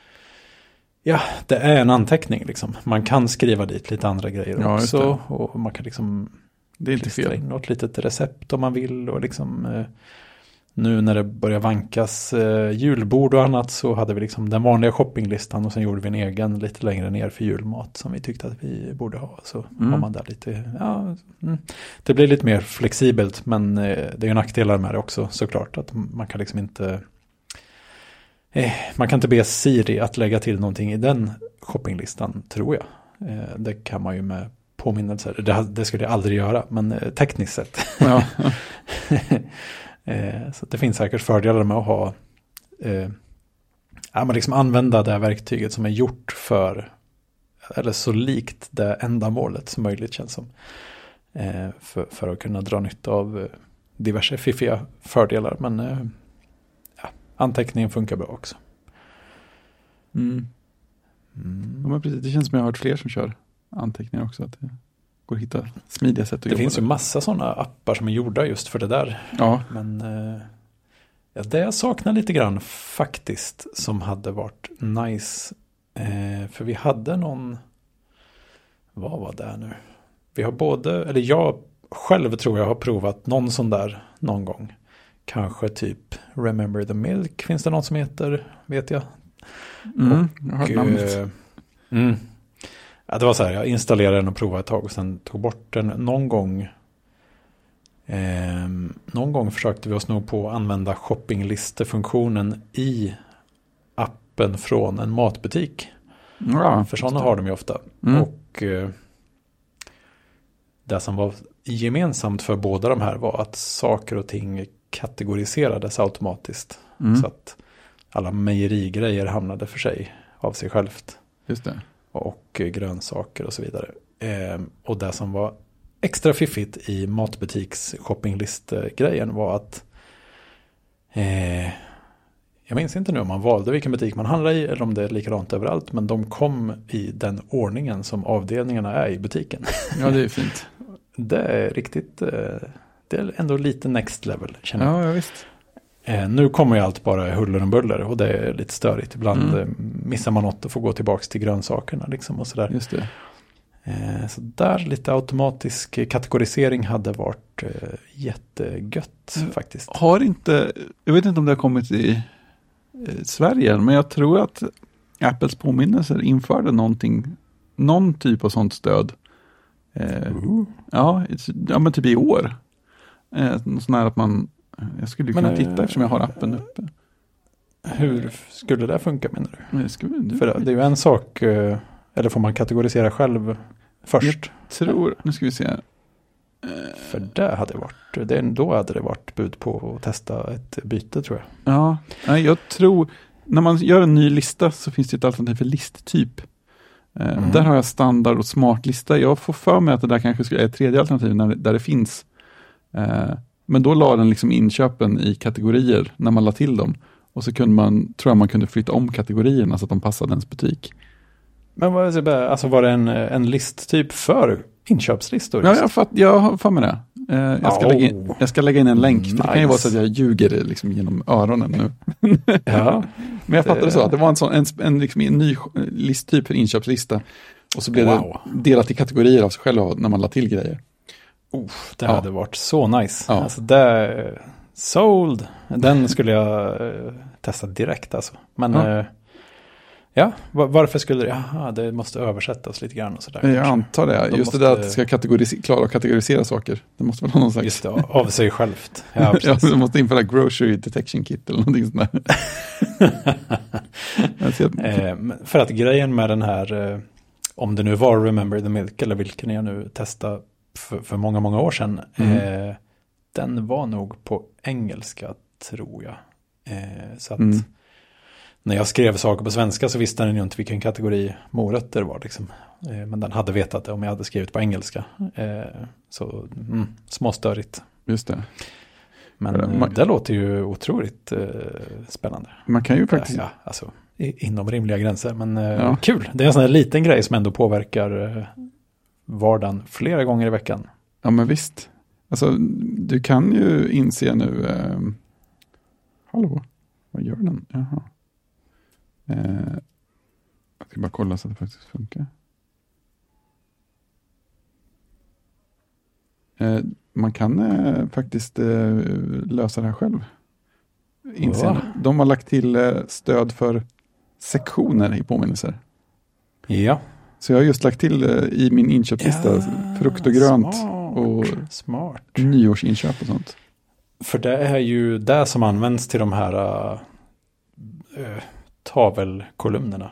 Ja, det är en anteckning liksom. Man kan skriva dit lite andra grejer ja, också. Och man kan liksom... Det är inte fel. In något litet recept om man vill. Och liksom... Eh, nu när det börjar vankas eh, julbord och annat så hade vi liksom den vanliga shoppinglistan och sen gjorde vi en egen lite längre ner för julmat som vi tyckte att vi borde ha. Så mm. har man där lite, ja, mm. det blir lite mer flexibelt men eh, det är ju nackdelar med det också såklart att man kan liksom inte eh, man kan inte be Siri att lägga till någonting i den shoppinglistan tror jag. Eh, det kan man ju med påminnelser, det, det skulle jag aldrig göra men eh, tekniskt sett. Ja. Så det finns säkert fördelar med att ha eh, ja, man liksom använda det här verktyget som är gjort för eller så likt det ändamålet som möjligt känns som eh, för, för att kunna dra nytta av eh, diverse fiffiga fördelar men eh, ja, anteckningen funkar bra också. Mm. Mm. Ja, men precis, det känns som jag har hört fler som kör anteckningar också att det går att hitta smidiga sätt att det jobba. Det finns ju massa sådana appar som är gjorda just för det där. Ja. Men eh, ja, det jag saknar lite grann faktiskt som hade varit nice. Eh, för vi hade någon, vad var det nu? Vi har både, eller jag själv tror jag har provat någon sån där någon gång. Kanske typ Remember the Milk finns det någon som heter, vet jag. Mm, och, jag har namnet. Eh, mm, Ja, det var så här, jag installerade den och provade ett tag och sen tog bort den någon gång. Eh, någon gång försökte vi oss nog på att använda shoppinglistefunktionen i appen från en matbutik. Ja, för sådana har de ju ofta. Mm. Och eh, det som var gemensamt för båda de här var att saker och ting kategoriserades automatiskt. Mm. Så att alla mejerigrejer hamnade för sig av sig självt. Just det. Och grönsaker och så vidare. Eh, och det som var extra fiffigt i matbutiks shoppinglist-grejen var att eh, jag minns inte nu om man valde vilken butik man handlar i eller om det är likadant överallt, men de kom i den ordningen som avdelningarna är i butiken. Ja, det är fint. Det är riktigt, det är ändå lite next level, känner jag. Ja, ja visst. Nu kommer ju allt bara huller och buller och det är lite störigt. Ibland mm. missar man något och får gå tillbaka till grönsakerna liksom och sådär. Just det. Så där lite automatisk kategorisering hade varit jättegött mm. faktiskt. Har inte, jag vet inte om det har kommit i Sverige, men jag tror att Apples påminnelser införde någonting, någon typ av sånt stöd. Uh. Ja, ja, men typ i år. Sån här att man, jag skulle kunna men, titta eftersom jag har appen uppe. Hur skulle det funka, menar du? Det skulle, det, För det är ju en sak, eller får man kategorisera själv först? Jag tror, nu ska vi se. För det hade varit, det, då hade det varit bud på att testa ett byte, tror jag. Ja, jag tror, när man gör en ny lista så finns det ett alternativ för listtyp. Mm. Där har jag standard och smart lista. Jag får för mig att det där kanske är ett tredje alternativ när, där det finns. Men då la den liksom inköpen i kategorier när man la till dem. Och så kunde man, tror jag man kunde flytta om kategorierna så att de passade ens butik. Men vad, alltså var det en, en listtyp för inköpslistor? Ja, jag, fatt, jag har för mig det. Eh, jag, ska oh. lägga in, jag ska lägga in en länk. Nice. Det kan ju vara så att jag ljuger liksom genom öronen nu. Ja. Men jag fattade det så att det var en, sån, en, en, liksom en ny listtyp för inköpslista. Och så blev wow. det delat i kategorier av sig själv när man la till grejer. Oh, det ja. hade varit så nice. Ja. Alltså det, sold. Den skulle jag uh, testa direkt alltså. Men ja, uh, ja varför skulle det? Jaha, det måste översättas lite grann och sådär. Jag kanske. antar det. De Just måste, det där att det ska kategoris- klara att kategorisera saker. Det måste vara någon slags... Just det, av sig självt. Ja, ja, du måste införa grocery detection kit eller någonting sånt där. eh, för att grejen med den här, eh, om det nu var Remember the Milk eller vilken jag nu testade för, för många, många år sedan. Mm. Eh, den var nog på engelska, tror jag. Eh, så att mm. när jag skrev saker på svenska så visste den ju inte vilken kategori morötter var. Liksom. Eh, men den hade vetat det om jag hade skrivit på engelska. Eh, så mm, småstörigt. Just det. Men man, det låter ju otroligt eh, spännande. Man kan ju faktiskt... Ja, alltså, i, inom rimliga gränser. Men eh, ja. kul. Det är en sån här liten grej som ändå påverkar eh, vardagen flera gånger i veckan. Ja, men visst. Alltså, du kan ju inse nu... Eh, hallå, vad gör den? Jaha. Eh, jag ska bara kolla så att det faktiskt funkar. Eh, man kan eh, faktiskt eh, lösa det här själv. Inse, de har lagt till eh, stöd för sektioner i påminnelser. Ja. Så jag har just lagt till eh, i min inköpslista ja, frukt och grönt smart, och smart. nyårsinköp och sånt. För det är ju det som används till de här äh, tavelkolumnerna.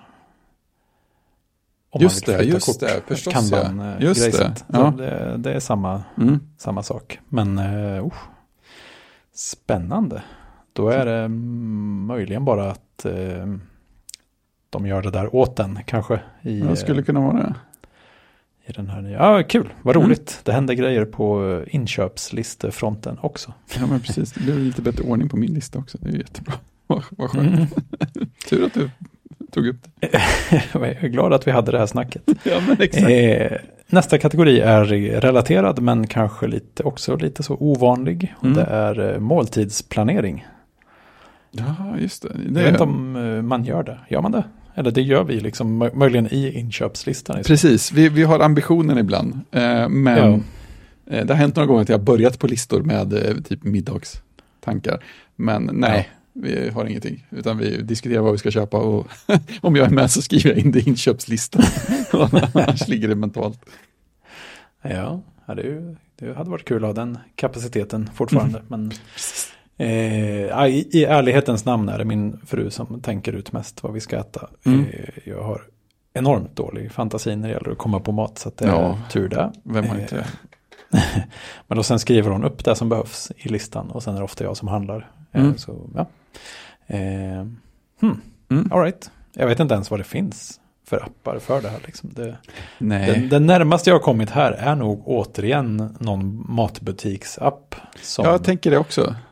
Om just det, just kort, det, förstås. Kanban, ja. Just det. Ja. det. Det är samma, mm. samma sak. Men uh, spännande. Då är det möjligen bara att uh, de gör det där åt den kanske. I, det skulle kunna vara det. I den här nya. Ja, kul. Vad roligt. Mm. Det händer grejer på inköpslistefronten också. Ja, men precis. Det blir lite bättre ordning på min lista också. Det är jättebra. Vad, vad skönt. Mm. Tur att du tog upp det. Jag är glad att vi hade det här snacket. Ja, men exakt. Eh, nästa kategori är relaterad men kanske lite, också lite så ovanlig. Och mm. det är måltidsplanering. Ja, just det. det jag vet inte om man gör det. Gör man det? Eller det gör vi liksom möjligen i inköpslistan. Precis, vi, vi har ambitionen ibland. Eh, men ja. eh, det har hänt några gånger att jag har börjat på listor med eh, typ middagstankar. Men nej, ja. vi har ingenting. Utan vi diskuterar vad vi ska köpa och om jag är med så skriver jag in det i inköpslistan. Annars ligger det mentalt. Ja, det, är ju, det hade varit kul att ha den kapaciteten fortfarande. Mm. Men... Eh, i, I ärlighetens namn är det min fru som tänker ut mest vad vi ska äta. Mm. Eh, jag har enormt dålig fantasi när det gäller att komma på mat, så att det ja, är tur där. Vem har inte eh, Men då sen skriver hon upp det som behövs i listan och sen är det ofta jag som handlar. Mm. Eh, så, ja. eh, hmm. mm. All right. Jag vet inte ens vad det finns för appar för det här. Liksom. Det, Nej. Den, den närmaste jag har kommit här är nog återigen någon matbutiksapp. Som, jag tänker det också.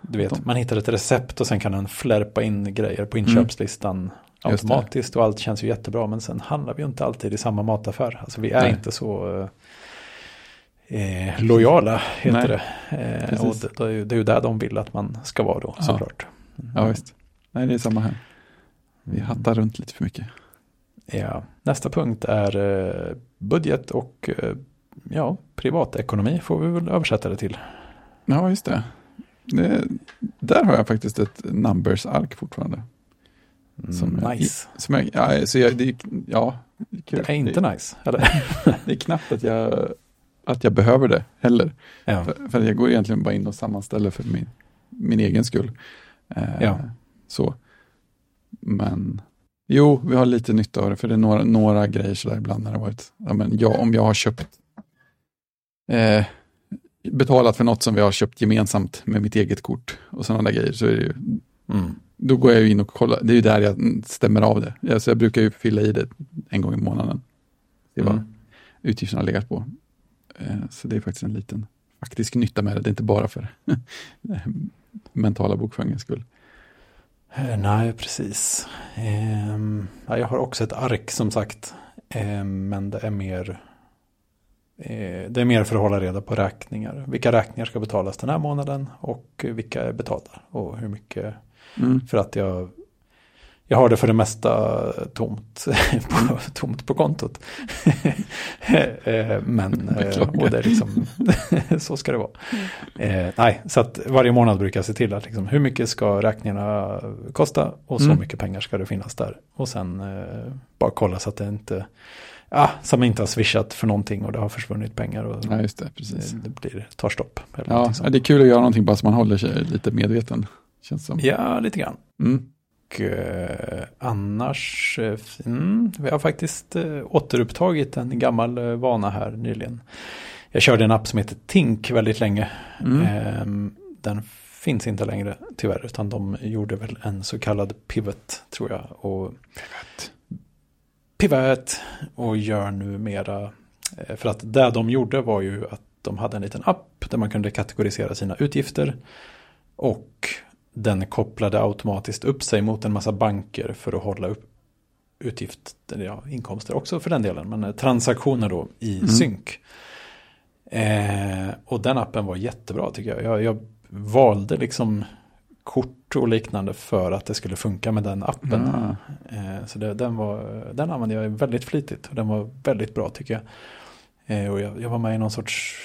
du vet, man hittar ett recept och sen kan den flärpa in grejer på inköpslistan mm. automatiskt och allt känns ju jättebra, men sen handlar vi ju inte alltid i samma mataffär. Alltså vi är Nej. inte så eh, lojala, heter Nej. det. Eh, och det, det, är ju, det är ju där de vill att man ska vara då, ja. såklart. Mm. Ja, visst. Nej, det är samma här. Vi hattar runt lite för mycket. Ja, nästa punkt är eh, budget och eh, ja, privatekonomi får vi väl översätta det till. Ja, just det. det där har jag faktiskt ett numbers-ark fortfarande. Som nice. Jag, som jag, ja, så jag, det, ja, det är kul. Det är inte det, nice, eller? Det är knappt att jag, att jag behöver det heller. Ja. För, för jag går egentligen bara in och sammanställer för min, min egen skull. Eh, ja. Så. Men jo, vi har lite nytta av det, för det är några, några grejer så där ibland när det har varit, ja, men jag, om jag har köpt eh, betalat för något som vi har köpt gemensamt med mitt eget kort och sådana där grejer, så är det ju, mm. då går jag ju in och kollar, det är ju där jag stämmer av det. Alltså jag brukar ju fylla i det en gång i månaden. Det var mm. utgifterna har legat på. Eh, så det är faktiskt en liten faktisk nytta med det, det är inte bara för mentala bokföringens skull. Nej, precis. Um, ja, jag har också ett ark som sagt, um, men det är mer uh, det är mer för att hålla reda på räkningar. Vilka räkningar ska betalas den här månaden och vilka är betalda och hur mycket. Mm. För att jag jag har det för det mesta tomt på, tomt på kontot. Men och det är liksom så ska det vara. Eh, nej, så att varje månad brukar jag se till att liksom, hur mycket ska räkningarna kosta och så mm. mycket pengar ska det finnas där. Och sen eh, bara kolla så att det inte ah, som inte har swishat för någonting och det har försvunnit pengar och ja, just det, precis. Det blir, tar stopp. Eller ja, ja, det är kul att göra någonting bara så man håller sig lite medveten. Känns som. Ja, lite grann. Mm. Och eh, annars, eh, mm, vi har faktiskt eh, återupptagit en gammal eh, vana här nyligen. Jag körde en app som heter Tink väldigt länge. Mm. Eh, den finns inte längre tyvärr, utan de gjorde väl en så kallad pivot tror jag. Och pivot. Pivot och gör nu mera, eh, för att det de gjorde var ju att de hade en liten app där man kunde kategorisera sina utgifter och den kopplade automatiskt upp sig mot en massa banker för att hålla upp utgifter, ja, inkomster också för den delen, men transaktioner då i mm. synk. Eh, och den appen var jättebra tycker jag. jag. Jag valde liksom kort och liknande för att det skulle funka med den appen. Mm. Eh, så det, den, var, den använde jag väldigt flitigt och den var väldigt bra tycker jag. Eh, och jag, jag var med i någon sorts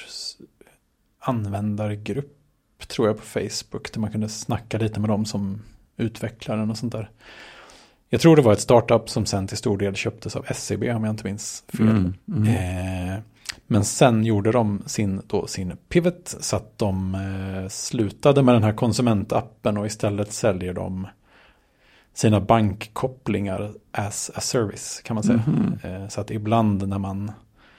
användargrupp tror jag på Facebook där man kunde snacka lite med dem som utvecklar den och sånt där. Jag tror det var ett startup som sen till stor del köptes av S E B om jag inte minns fel. Mm, mm. Eh, men sen gjorde de sin, då, sin pivot så att de eh, slutade med den här konsumentappen och istället säljer de sina bankkopplingar as a service kan man säga. Mm. Eh, så att ibland när man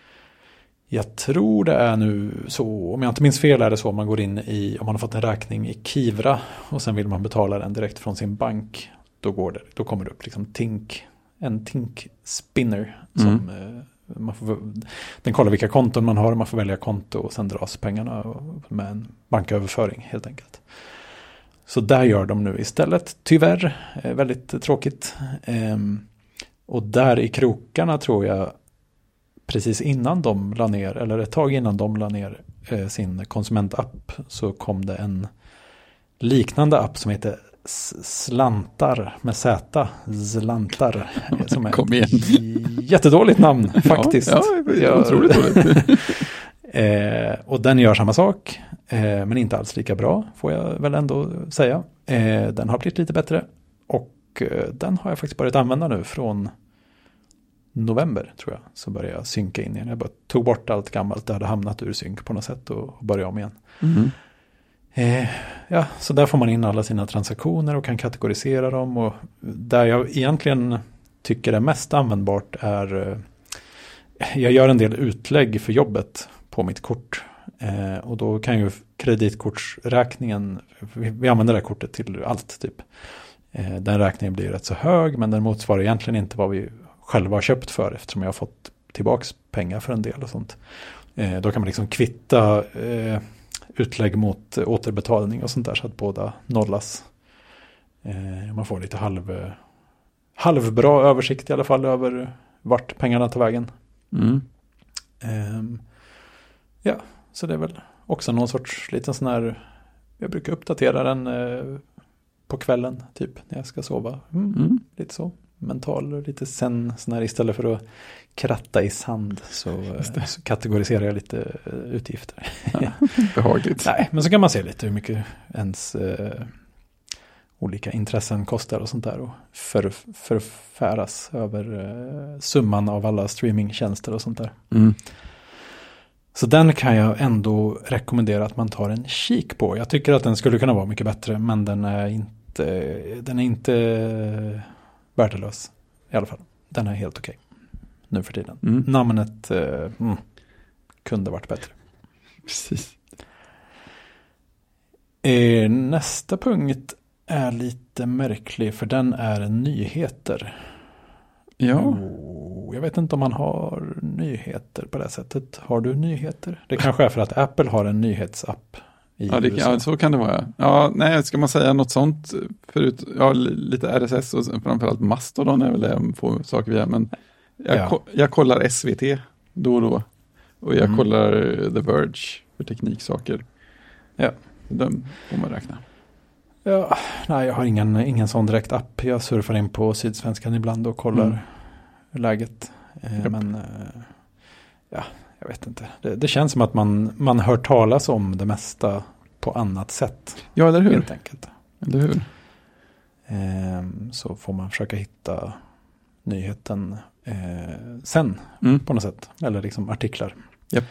jag tror det är nu så, om jag inte minns fel är det så om man går in i, om man har fått en räkning i Kivra och sen vill man betala den direkt från sin bank, då går det, då kommer det upp liksom Tink, en Tink spinner som mm. man får, den kollar vilka konton man har, man får välja konto och sen dras pengarna med en banköverföring helt enkelt. Så där gör de nu istället, tyvärr, väldigt tråkigt. Och där i krokarna tror jag precis innan de la ner, eller ett tag innan de la ner eh, sin konsumentapp så kom det en liknande app som heter Slantar med Z. Slantar. Som är kom igen. ett jättedåligt namn faktiskt. Ja, ja otroligt dåligt. eh, och den gör samma sak, eh, men inte alls lika bra får jag väl ändå säga. Eh, den har blivit lite bättre och eh, den har jag faktiskt börjat använda nu från november tror jag, så började jag synka in igen. Jag bara tog bort allt gammalt, det hade hamnat ur synk på något sätt och började om igen. Mm. Eh, ja, så där får man in alla sina transaktioner och kan kategorisera dem och där jag egentligen tycker det mest användbart är eh, jag gör en del utlägg för jobbet på mitt kort eh, och då kan ju kreditkortsräkningen, vi, vi använder det här kortet till allt typ. Eh, den räkningen blir rätt så hög men den motsvarar egentligen inte vad vi själva har köpt för eftersom jag har fått tillbaks pengar för en del och sånt. Eh, då kan man liksom kvitta eh, utlägg mot återbetalning och sånt där så att båda nollas. Eh, man får lite halv, halvbra översikt i alla fall över vart pengarna tar vägen. Mm. Eh, ja, så det är väl också någon sorts liten sån här, jag brukar uppdatera den eh, på kvällen typ när jag ska sova. Mm, Mm. Lite så. Mental, lite sen sån här istället för att kratta i sand så, så kategoriserar jag lite uh, utgifter. Ja, behagligt. Nej, men så kan man se lite hur mycket ens uh, olika intressen kostar och sånt där och för, förfäras över uh, summan av alla streamingtjänster och sånt där. Mm. Så den kan jag ändå rekommendera att man tar en kik på. Jag tycker att den skulle kunna vara mycket bättre, men den är inte, den är inte värdelös i alla fall. Den är helt okej nu för tiden. Mm. Namnet eh, mm, kunde varit bättre. Precis. Eh, nästa punkt är lite märklig för den är nyheter. Ja. Oh, jag vet inte om man har nyheter på det sättet. Har du nyheter? Det kanske är för att Apple har en nyhetsapp i Ja, det, U S A. ja, så kan det vara. Ja, nej, ska man säga något sånt förut? Ja, lite R S S och framförallt Mastodon är väl det jag får saker via. Men jag, Ja. ko- jag kollar S V T då och då. Och jag Mm. kollar The Verge för tekniksaker. Ja. De får man räkna. Ja, nej, jag har ingen, ingen sån direkt app. Jag surfar in på Sydsvenskan ibland och kollar Mm. läget. Eh, Japp. men eh, ja, jag vet inte. Det, det känns som att man, man hör talas om det mesta på annat sätt. Ja, eller hur? Helt enkelt. Eller hur? Eh, så får man försöka hitta nyheten eh, sen Mm. på något sätt. Eller liksom artiklar. Japp.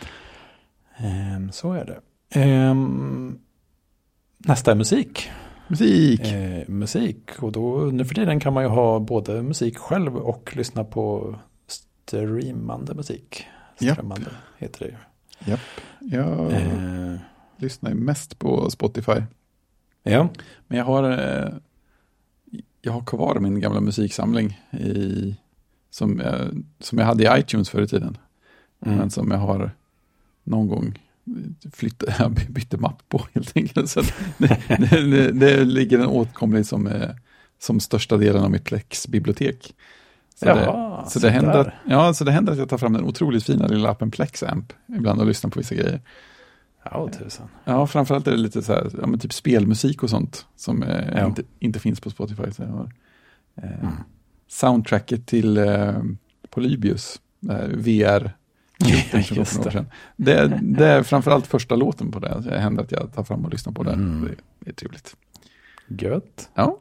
Eh, så är det. Eh, nästa är musik. Musik. Eh, musik och då nu för tiden kan man ju ha både musik själv och lyssna på streamande musik. Japp. Streamande heter det ju. Japp. Jag Eh, lyssnar ju mest på Spotify. ja. Men jag har, eh, jag har kvar min gamla musiksamling i, som, jag, som jag hade i iTunes förr i tiden. Mm. Men som jag har någon gång flyttat, jag bytte mapp på helt enkelt. Så det, det, det, det ligger en åtkomlig som, eh, som största delen av mitt Plex-bibliotek. Så, Jaha, det, så, så det händer, där. ja, så det händer att jag tar fram den otroligt fina lilla appen Plex-amp ibland och lyssnar på vissa grejer. Ja, tusen. Ja, framförallt är det lite så här, ja, men typ spelmusik och sånt som eh, Ja. inte, inte finns på Spotify. Så jag har, eh, Mm. soundtracket till eh, Polybius, eh, V R. Just det. det. Det, det är framförallt första låten på det. Det händer att jag tar fram och lyssnar på det. Mm. Det, det är trevligt. Gött. Ja.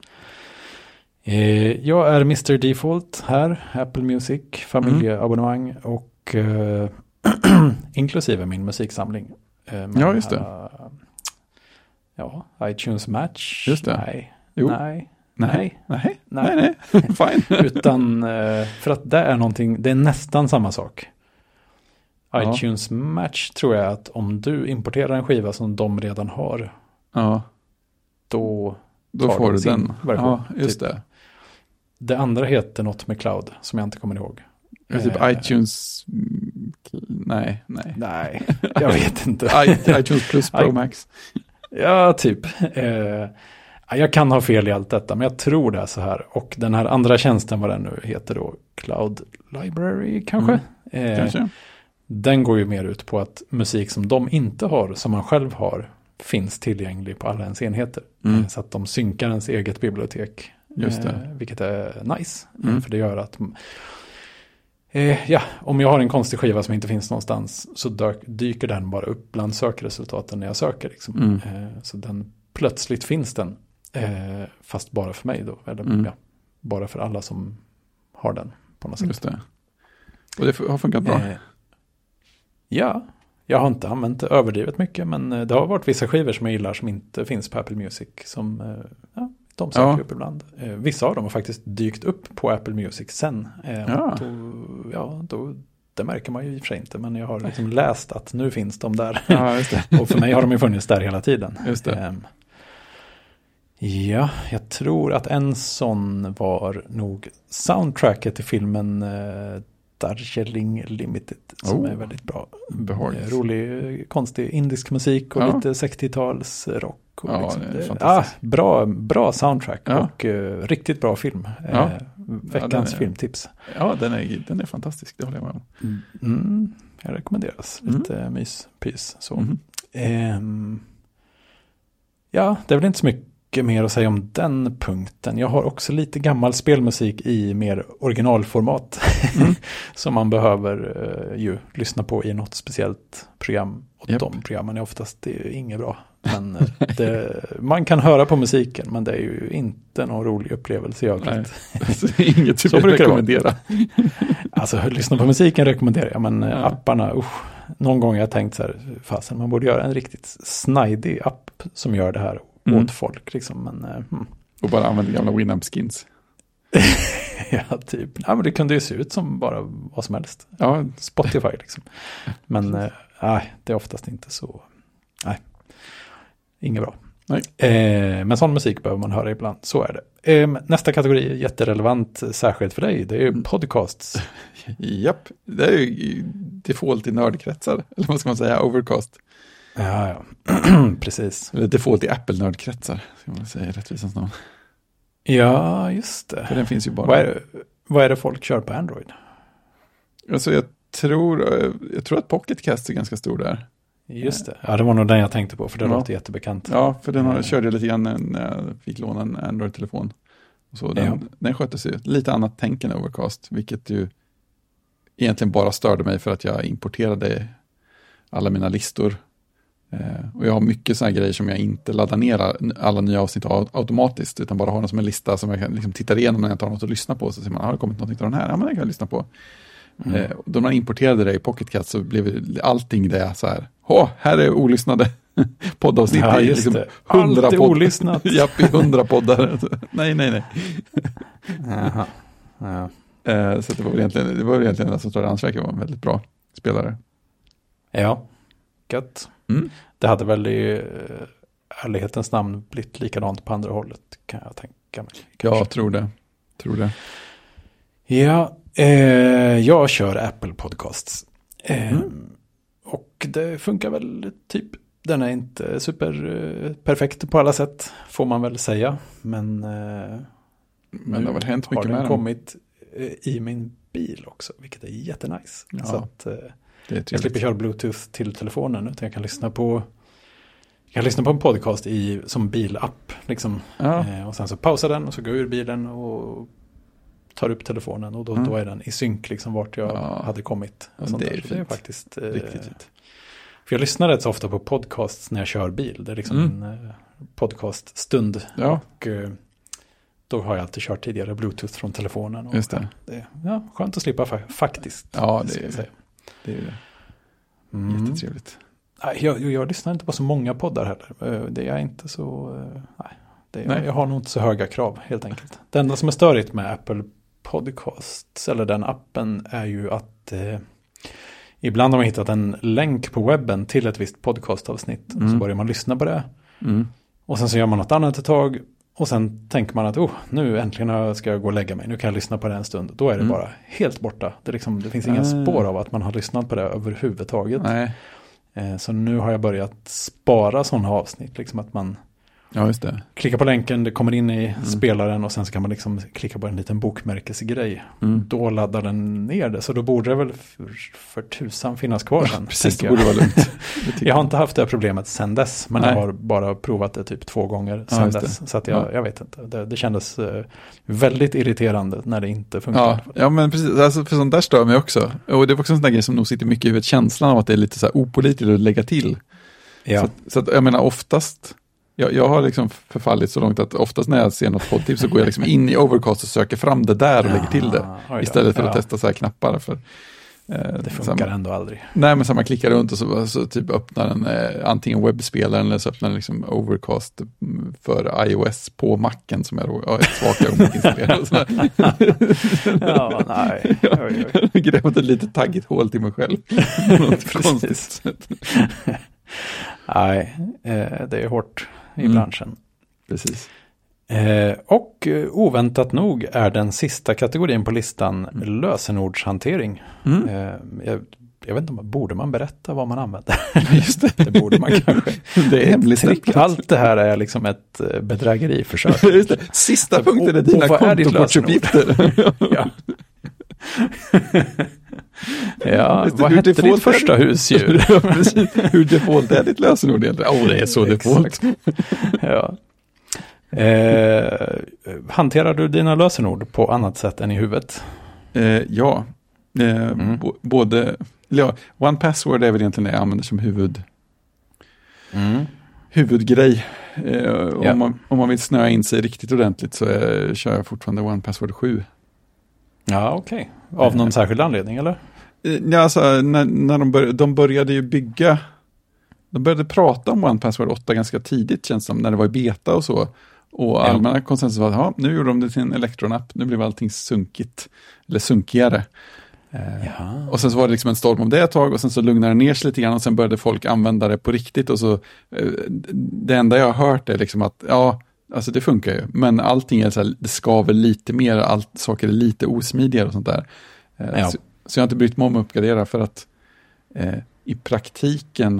Eh, jag är mister Default här, Apple Music, familjeabonnemang Mm. och eh, inklusive min musiksamling. Eh, Ja, just det. eh, ja, iTunes Match. Just det. Nej. Jo. Nej. Nej. Nej. Nej. Nej. Nej. Fine. Utan eh, för att det är någonting, det är nästan samma sak. Ja. iTunes Match tror jag att om du importerar en skiva som de redan har, Ja, då då tar får de du sin den. version, Ja, just typ. det. Det andra heter något med cloud som jag inte kommer ihåg. Det är typ Eh, iTunes, mm, nej, nej. Nej, jag vet inte. I, iTunes Plus Pro I- Max. Ja, typ. Eh, jag kan ha fel i allt detta, men jag tror det är så här. Och den här andra tjänsten, vad den nu heter då, Cloud Library kanske? Mm, eh, Kanske. Den går ju mer ut på att musik som de inte har, som man själv har, finns tillgänglig på alla ens enheter. Mm. Eh, Så att de synkar ens eget bibliotek. Just det. Eh, vilket är nice. Eh, Mm. För det gör att eh, ja, om jag har en konstig skiva som inte finns någonstans så dök, dyker den bara upp bland sökresultaten när jag söker. Liksom. Mm. Eh, så den plötsligt finns den. Eh, fast bara för mig då. Eller Mm. ja, bara för alla som har den på något sätt. Just det. Och det har funkat bra. Eh, ja, jag har inte använt det överdrivet mycket, men eh, det har varit vissa skivor som jag gillar som inte finns på Apple Music som eh, ja, de söker Ja. upp ibland. Eh, vissa av dem har faktiskt dykt upp på Apple Music sen. Eh, Ja. Då, ja, då, det märker man ju i och för sig inte, men jag har liksom läst att nu finns de där. Ja, just det. Och för mig har de ju funnits där hela tiden. Just det. Ehm, ja, jag tror att en sån var nog soundtracket till filmen eh, Darjeeling Limited som oh, är väldigt bra. Behagligt. Rolig, konstig indisk musik och ja. lite sextio-tals rock. Och ja, liksom det är det, ah, bra, bra soundtrack ja. och uh, riktigt bra film. Ja. Eh, veckans ja, är, filmtips. Ja, den är, den är fantastisk, det håller jag med om. Mm, mm, jag rekommenderas. Lite mm. mys, pys. Så. Mm. Um, ja, det är väl inte så mycket mer att säga om den punkten. Jag har också lite gammal spelmusik i mer originalformat mm. som man behöver uh, ju lyssna på i något speciellt program. Och yep. de programmen är oftast det är inget bra. Men det, man kan höra på musiken, men det är ju inte någon rolig upplevelse i övrigt. Inget så brukar rekommendera. Alltså, lyssna på musiken rekommenderar jag, men ja. apparna, usch, någon gång har jag tänkt så här, fasen, man borde göra en riktigt snidig app som gör det här mm. åt folk. Liksom, men, hmm. Och bara använda gamla Winamp-skins. ja, typ. Ja, men det kunde ju se ut som bara vad som helst. Ja. Spotify liksom. Men nej, äh, det är oftast inte så. Nej. Inget bra. Nej. Eh, men sån musik behöver man höra ibland. Så är det. Eh, nästa kategori är jätterelevant, särskilt för dig. Det är ju podcasts. Japp, det är ju default i nördkretsar. Eller vad ska man säga, overcast. Ja, ja. Precis. Eller default i Apple-nördkretsar, ska man säga i rättvisans namn. Ja, just det. För den finns ju bara. Vad är det, vad är det folk kör på Android? Alltså jag tror, jag tror att Pocket Cast är ganska stor där. Just det. Ja, det var nog den jag tänkte på, för det ja. låter jättebekant. Ja, för den har, körde jag lite grann när jag fick låna en Android-telefon. Och så den, ja. den skötte sig lite annat tänk än Overcast, vilket ju egentligen bara störde mig för att jag importerade alla mina listor. Eh, och jag har mycket sådana grejer som jag inte laddar ner alla nya avsnitt automatiskt, utan bara har den som en lista som jag kan liksom titta igenom när jag tar något att lyssna på. Så ser man, har det kommit något av den här? Ja, men det kan jag lyssna på. Mm. Eh, då man importerade det i Pocket Cast så blev allting det så här, åh, här är olyssnade poddavsnitt. Ja, i just liksom det. hundra Allt är podd- olyssnat. Japp, i hundra poddar. nej, nej, nej. Jaha. Ja. Eh, så det var väl egentligen, det var väl egentligen alltså, tror jag Ansverker var en väldigt bra spelare. Ja, gött. Mm. Det hade väl i uh, ärlighetens namn blivit likadant på andra hållet, kan jag tänka mig. Kanske. Ja, tror det. Tror det. Ja, eh, jag kör Apple Podcasts. Eh, mm. Och det funkar väl typ. Den är inte super eh, perfekt på alla sätt, får man väl säga. Men, eh, Men det har väl hänt mycket har den med kommit eh, i min bil också, vilket är jättenice. Ja, så att eh, det jag slipper köra Bluetooth till telefonen, utan jag kan lyssna på jag kan lyssna på en podcast i, som bilapp. Liksom. Ja. Eh, och sen så pausar den och så går jag ur bilen och tar upp telefonen och då, mm. då är den i synk liksom vart jag ja. hade kommit. Och sånt det, är där. det är faktiskt eh, riktigt fint. För jag lyssnar rätt så ofta på podcasts när jag kör bil. Det är liksom mm. en eh, podcaststund. Ja. Och eh, då har jag alltid kört tidigare Bluetooth från telefonen. Och, Just det. det är, ja, skönt att slippa fa- faktiskt. Ja, det är det. Säga. Det är det. Mm. Jättetrevligt. Nej, jag, jag lyssnar inte på så många poddar heller. Det är inte så... Nej, det är, nej. Jag har nog inte så höga krav, helt enkelt. Det enda som är störigt med Apple Podcasts, eller den appen, är ju att eh, ibland har man hittat en länk på webben till ett visst podcastavsnitt. Mm. Och så börjar man lyssna på det. Mm. Och sen så gör man något annat ett tag. Och sen tänker man att oh, nu äntligen ska jag gå och lägga mig. Nu kan jag lyssna på det en stund. Då är det mm. bara helt borta. Det, liksom, det finns inga mm. spår av att man har lyssnat på det överhuvudtaget. Nej. Eh, så nu har jag börjat spara sådana avsnitt. Liksom att man ja, just det. klickar på länken, det kommer in i mm. spelaren och sen så kan man liksom klicka på en liten bokmärkesgrej. Mm. Då laddar den ner det. Så då borde det väl för, för tusan finnas kvar sen. Precis, det borde vara lugnt. Jag har inte haft det här problemet sen dess. Men Nej. jag har bara provat det typ två gånger sen ja, dess. Så att jag, ja. jag vet inte. Det, det kändes uh, väldigt irriterande när det inte funkar. Ja, ja men precis. Alltså, för sånt där stör mig också. Och det är också en sån där grej som nog sitter mycket i huvudet. Känslan av att det är lite så här opålitligt att lägga till. Ja. Så, så att, jag menar oftast... Jag, jag har liksom förfallit så långt att oftast när jag ser något poddtips så går jag liksom in i Overcast och söker fram det där och lägger till det. Ja, istället för ja. att testa så här knappar. För, eh, det funkar samma, ändå aldrig. Nej, men så man klickar runt och så, så typ öppnar den eh, antingen webbspelaren eller så öppnar den liksom Overcast för iOS på Macen som jag då har ett svagt ögonblick installerat. Ja, nej. Oj, oj. Jag grävt ett litet taggigt hål till mig själv. Precis. Nej, eh, det är hårt i mm. branschen. Precis. Eh, och eh, oväntat nog är den sista kategorin på listan mm. lösenordshantering. Mm. Eh, jag, jag vet inte, borde man berätta vad man använder? Just det. Det borde man kanske. Det är hemligt. Allt det här är liksom ett bedrägeriförsök. Just det. Sista punkten är dina kontokortsuppgifter. Ja. Ja, vad hette ditt första husdjur? Hur default är ditt lösenord egentligen? Åh, oh, det är så default. Ja. Eh, hanterar du dina lösenord på annat sätt än i huvudet? Eh, ja, eh, mm. b- både ja, One Password är väl egentligen det jag använder som huvud mm. huvudgrej. Eh, ja. om, man, om man vill snöa in sig riktigt ordentligt så eh, kör jag fortfarande One Password sju. Ja, okej. Okay. Av någon eh. särskild anledning, eller? Ja, alltså, när, när de, bör, de började ju bygga, de började prata om One Password åtta ganska tidigt, känns som, när det var i beta och så. Och allmänna konsensus var att ja, nu gjorde de det till en Electron-app, nu blev allting sunkigt, eller sunkigare. Eh, och sen så var det liksom en storm om det ett tag och sen så lugnade det ner sig lite grann och sen började folk använda det på riktigt och så, eh, det enda jag har hört är liksom att ja, alltså det funkar ju, men allting är så här, det skaver lite mer, allt, saker är lite osmidigare och sånt där. Eh, ja. så, så jag har inte brytt mig om att uppgradera för att eh, i praktiken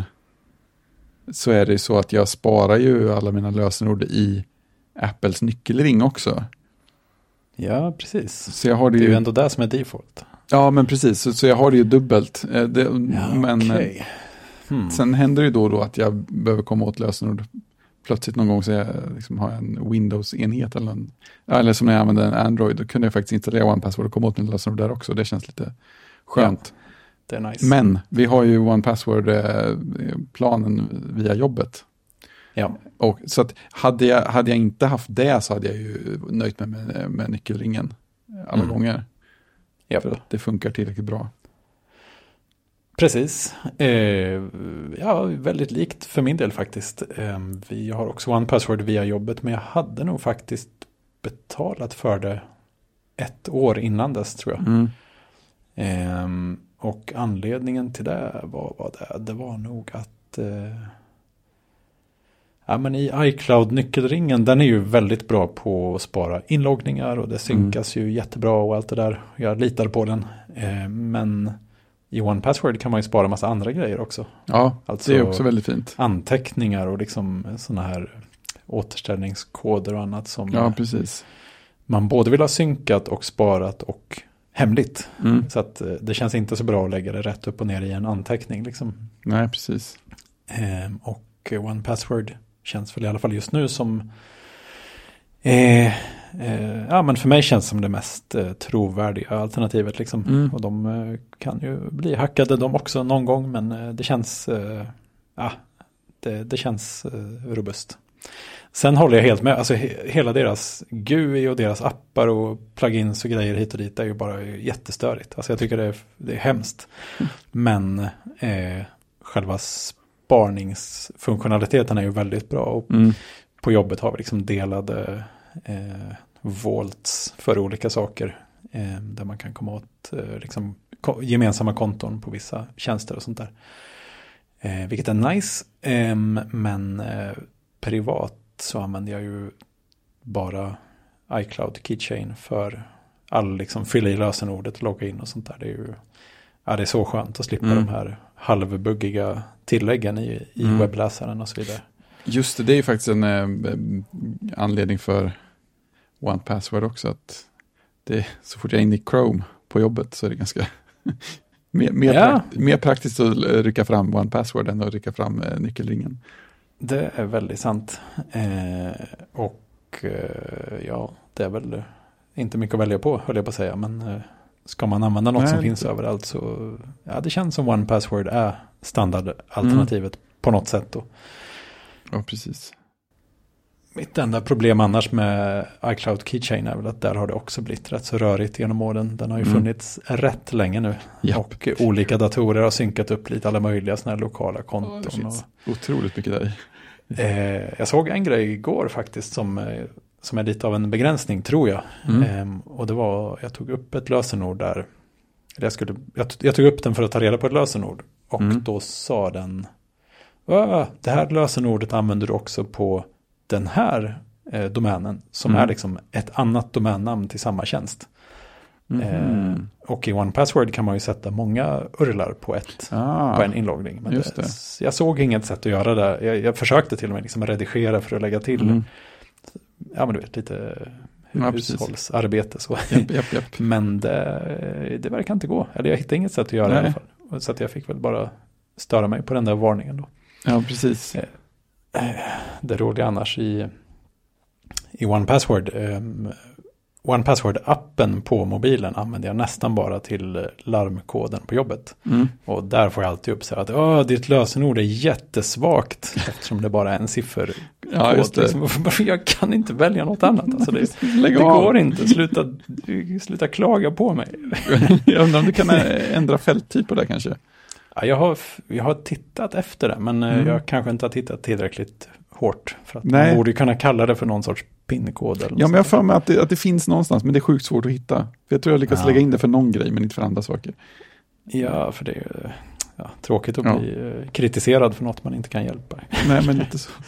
så är det så att jag sparar ju alla mina lösenord i Apples nyckelring också. Ja, precis. Så jag har det, det är ju... ju ändå det som är default. Ja, men precis. Så, så jag har det ju dubbelt. Det, ja, men okay. hmm. Sen händer det ju då och då att jag behöver komma åt lösenord. Plötsligt någon gång så jag liksom har en Windows-enhet eller, en, eller som när jag använder en Android, då kunde jag faktiskt installera One Password och komma åt min lösenord där också. Det känns lite skönt. Ja, det är nice. Men vi har ju One Password-planen via jobbet. Ja. Och så att hade jag, hade jag inte haft det så hade jag ju nöjt mig med, med, med nyckelringen alla mm. gånger. Yep. För att det funkar tillräckligt bra. Precis. Eh, ja, väldigt likt för min del faktiskt. Eh, vi har också One Password via jobbet, men jag hade nog faktiskt betalat för det ett år innan dess, tror jag. Mm. Eh, och anledningen till det var, var det, det var nog att eh, ja, men i iCloud-nyckelringen, den är ju väldigt bra på att spara inloggningar och det synkas mm. ju jättebra och allt det där. Jag litar på den. Eh, men i One Password kan man ju spara massa andra grejer också. Ja, alltså det är också väldigt fint. Anteckningar och liksom sådana här återställningskoder och annat som ja, precis. man både vill ha synkat och sparat och hemligt. Mm. Så att det känns inte så bra att lägga det rätt upp och ner i en anteckning. Liksom. Nej, precis. Eh, och One Password känns väl i alla fall just nu som eh, eh, ja, men för mig känns som det mest eh, trovärdiga alternativet liksom. Mm. Och de eh, kan ju bli hackade de också någon gång, men eh, det känns eh, ja, det, det känns eh, robust. Sen håller jag helt med, alltså he, hela deras G U I och deras appar och plugins och grejer hit och dit är ju bara jättestörigt. Alltså jag tycker det är, det är hemskt. Mm. Men eh, själva sparningsfunktionaliteten är ju väldigt bra och mm. på jobbet har vi liksom delade eh, volts för olika saker eh, där man kan komma åt eh, liksom ko- gemensamma konton på vissa tjänster och sånt där. Eh, vilket är nice, eh, men eh, privat så använder jag ju bara iCloud Keychain för all liksom fylla i lösenordet och logga in och sånt där. Det är ju ja, det är så skönt att slippa mm. de här halvbuggiga tilläggen i, i mm. webbläsaren och så vidare. Just det, det är ju faktiskt en eh, anledning för One Password också. Att det, så fort jag är inne i Chrome på jobbet så är det ganska mer, mer, ja. prakt, mer praktiskt att rycka fram One Password än att rycka fram eh, nyckelringen. Det är väldigt sant. Eh, och eh, ja, det är väl inte mycket att välja på, höll jag på att säga. Men eh, ska man använda något Nej, som finns överallt så ja, det känns som One Password är standardalternativet mm. på något sätt då. Ja, precis. Mitt enda problem annars med iCloud Keychain är väl att där har det också blivit rätt så rörigt genom åren. Den har ju mm. funnits rätt länge nu. Japp. Och olika datorer har synkat upp lite alla möjliga såna här lokala konton. Ja, det finns och, otroligt mycket där. Eh, jag såg en grej igår faktiskt som, som är lite av en begränsning tror jag. Mm. Eh, och det var, jag tog upp ett lösenord där. Jag, skulle, jag, jag tog upp den för att ta reda på ett lösenord. Och mm. då sa den, det här lösenordet använder du också på den här eh, domänen som Mm. är liksom ett annat domännamn till samma tjänst. Mhm. Eh, och i one password kan man ju sätta många urlar på, ett, Ah, på en inloggning. Men just det, det. jag såg inget sätt att göra det. Jag, jag försökte till och med liksom redigera för att lägga till. Mm. Ja, men du vet, lite Ja, precis. hushållsarbete. Så. Japp, japp, japp. Men det, det verkar inte gå. Eller jag hittade inget sätt att göra det i alla fall. Så att jag fick väl bara störa mig på den där varningen då. Ja, precis. Det roliga annars i, i one password. Um, one password-appen på mobilen använder jag nästan bara till larmkoden på jobbet. Mm. Och där får jag alltid upp så här att Åh, ditt lösenord är jättesvagt eftersom det bara är en siffer. Ja, just det. Liksom. Jag kan inte välja något annat. Alltså det Lägg det av. går inte. Sluta, sluta klaga på mig. Jag undrar om du kan ändra fälttyp på det kanske. Ja, jag, har, jag har tittat efter det, men Mm. jag kanske inte har tittat tillräckligt hårt. För att Nej. man borde kunna kalla det för någon sorts pinkod. Eller Ja, men jag har sånt. för mig att det, att det finns någonstans, men det är sjukt svårt att hitta. För jag tror jag lyckas Ja. lägga in det för någon grej, men inte för andra saker. Ja, för det är ju ja, tråkigt att Ja. bli eh, kritiserad för något man inte kan hjälpa. Nej, men lite så.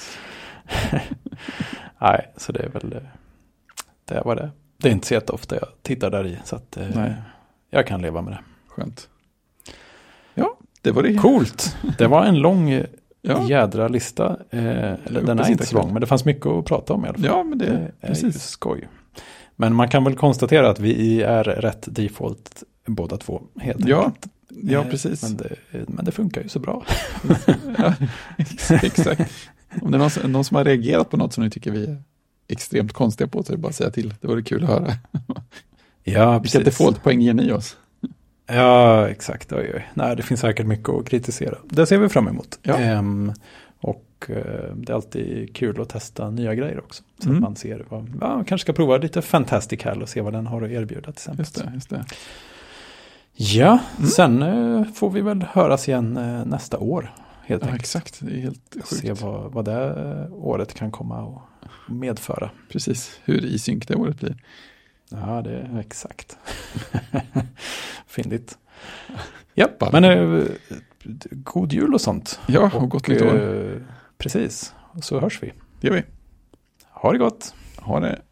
Nej, så det är väl eh, det var det. Det är inte så jätteofta jag tittar där i, så att eh, Nej. jag kan leva med det. Skönt. Ja, det var det. Coolt! Det var en lång Ja, jädra lista. Eh, eller den är inte så lång, men det fanns mycket att prata om i alla fall. ja men det, Det är precis. ju skoj. Men man kan väl konstatera att vi är rätt default båda två. Helt Ja, enkelt. ja, Eh, precis. Men det, men det funkar ju så bra. Ja, exakt. Om det är någon, som- någon som har reagerat på något som ni tycker vi är extremt konstiga på, så är det bara att säga till. Det vore kul att höra. Ja, Vilka defaultpoäng ger ni oss? Ja, exakt. Oj, oj. Nej, det finns säkert mycket att kritisera. Det ser vi fram emot. Ja. Ehm, och eh, det är alltid kul att testa nya grejer också. Så Mm. att man ser vad, ja, man kanske ska prova lite Fantastic Hall och se vad den har att erbjuda till exempel. Just det, just det. Ja, Mm. sen eh, får vi väl höras igen eh, nästa år. Helt Ja, enkelt. exakt. Det är helt Se sjukt. vad, vad det eh, året kan komma och medföra. Precis, hur i synk det året blir. Ja, det är exakt. Fyndigt. Ja, Bara- men eh, god jul och sånt. Ja, och gott nytt år. eh, precis, så hörs vi. Det gör vi. Ha det gott. Ha det.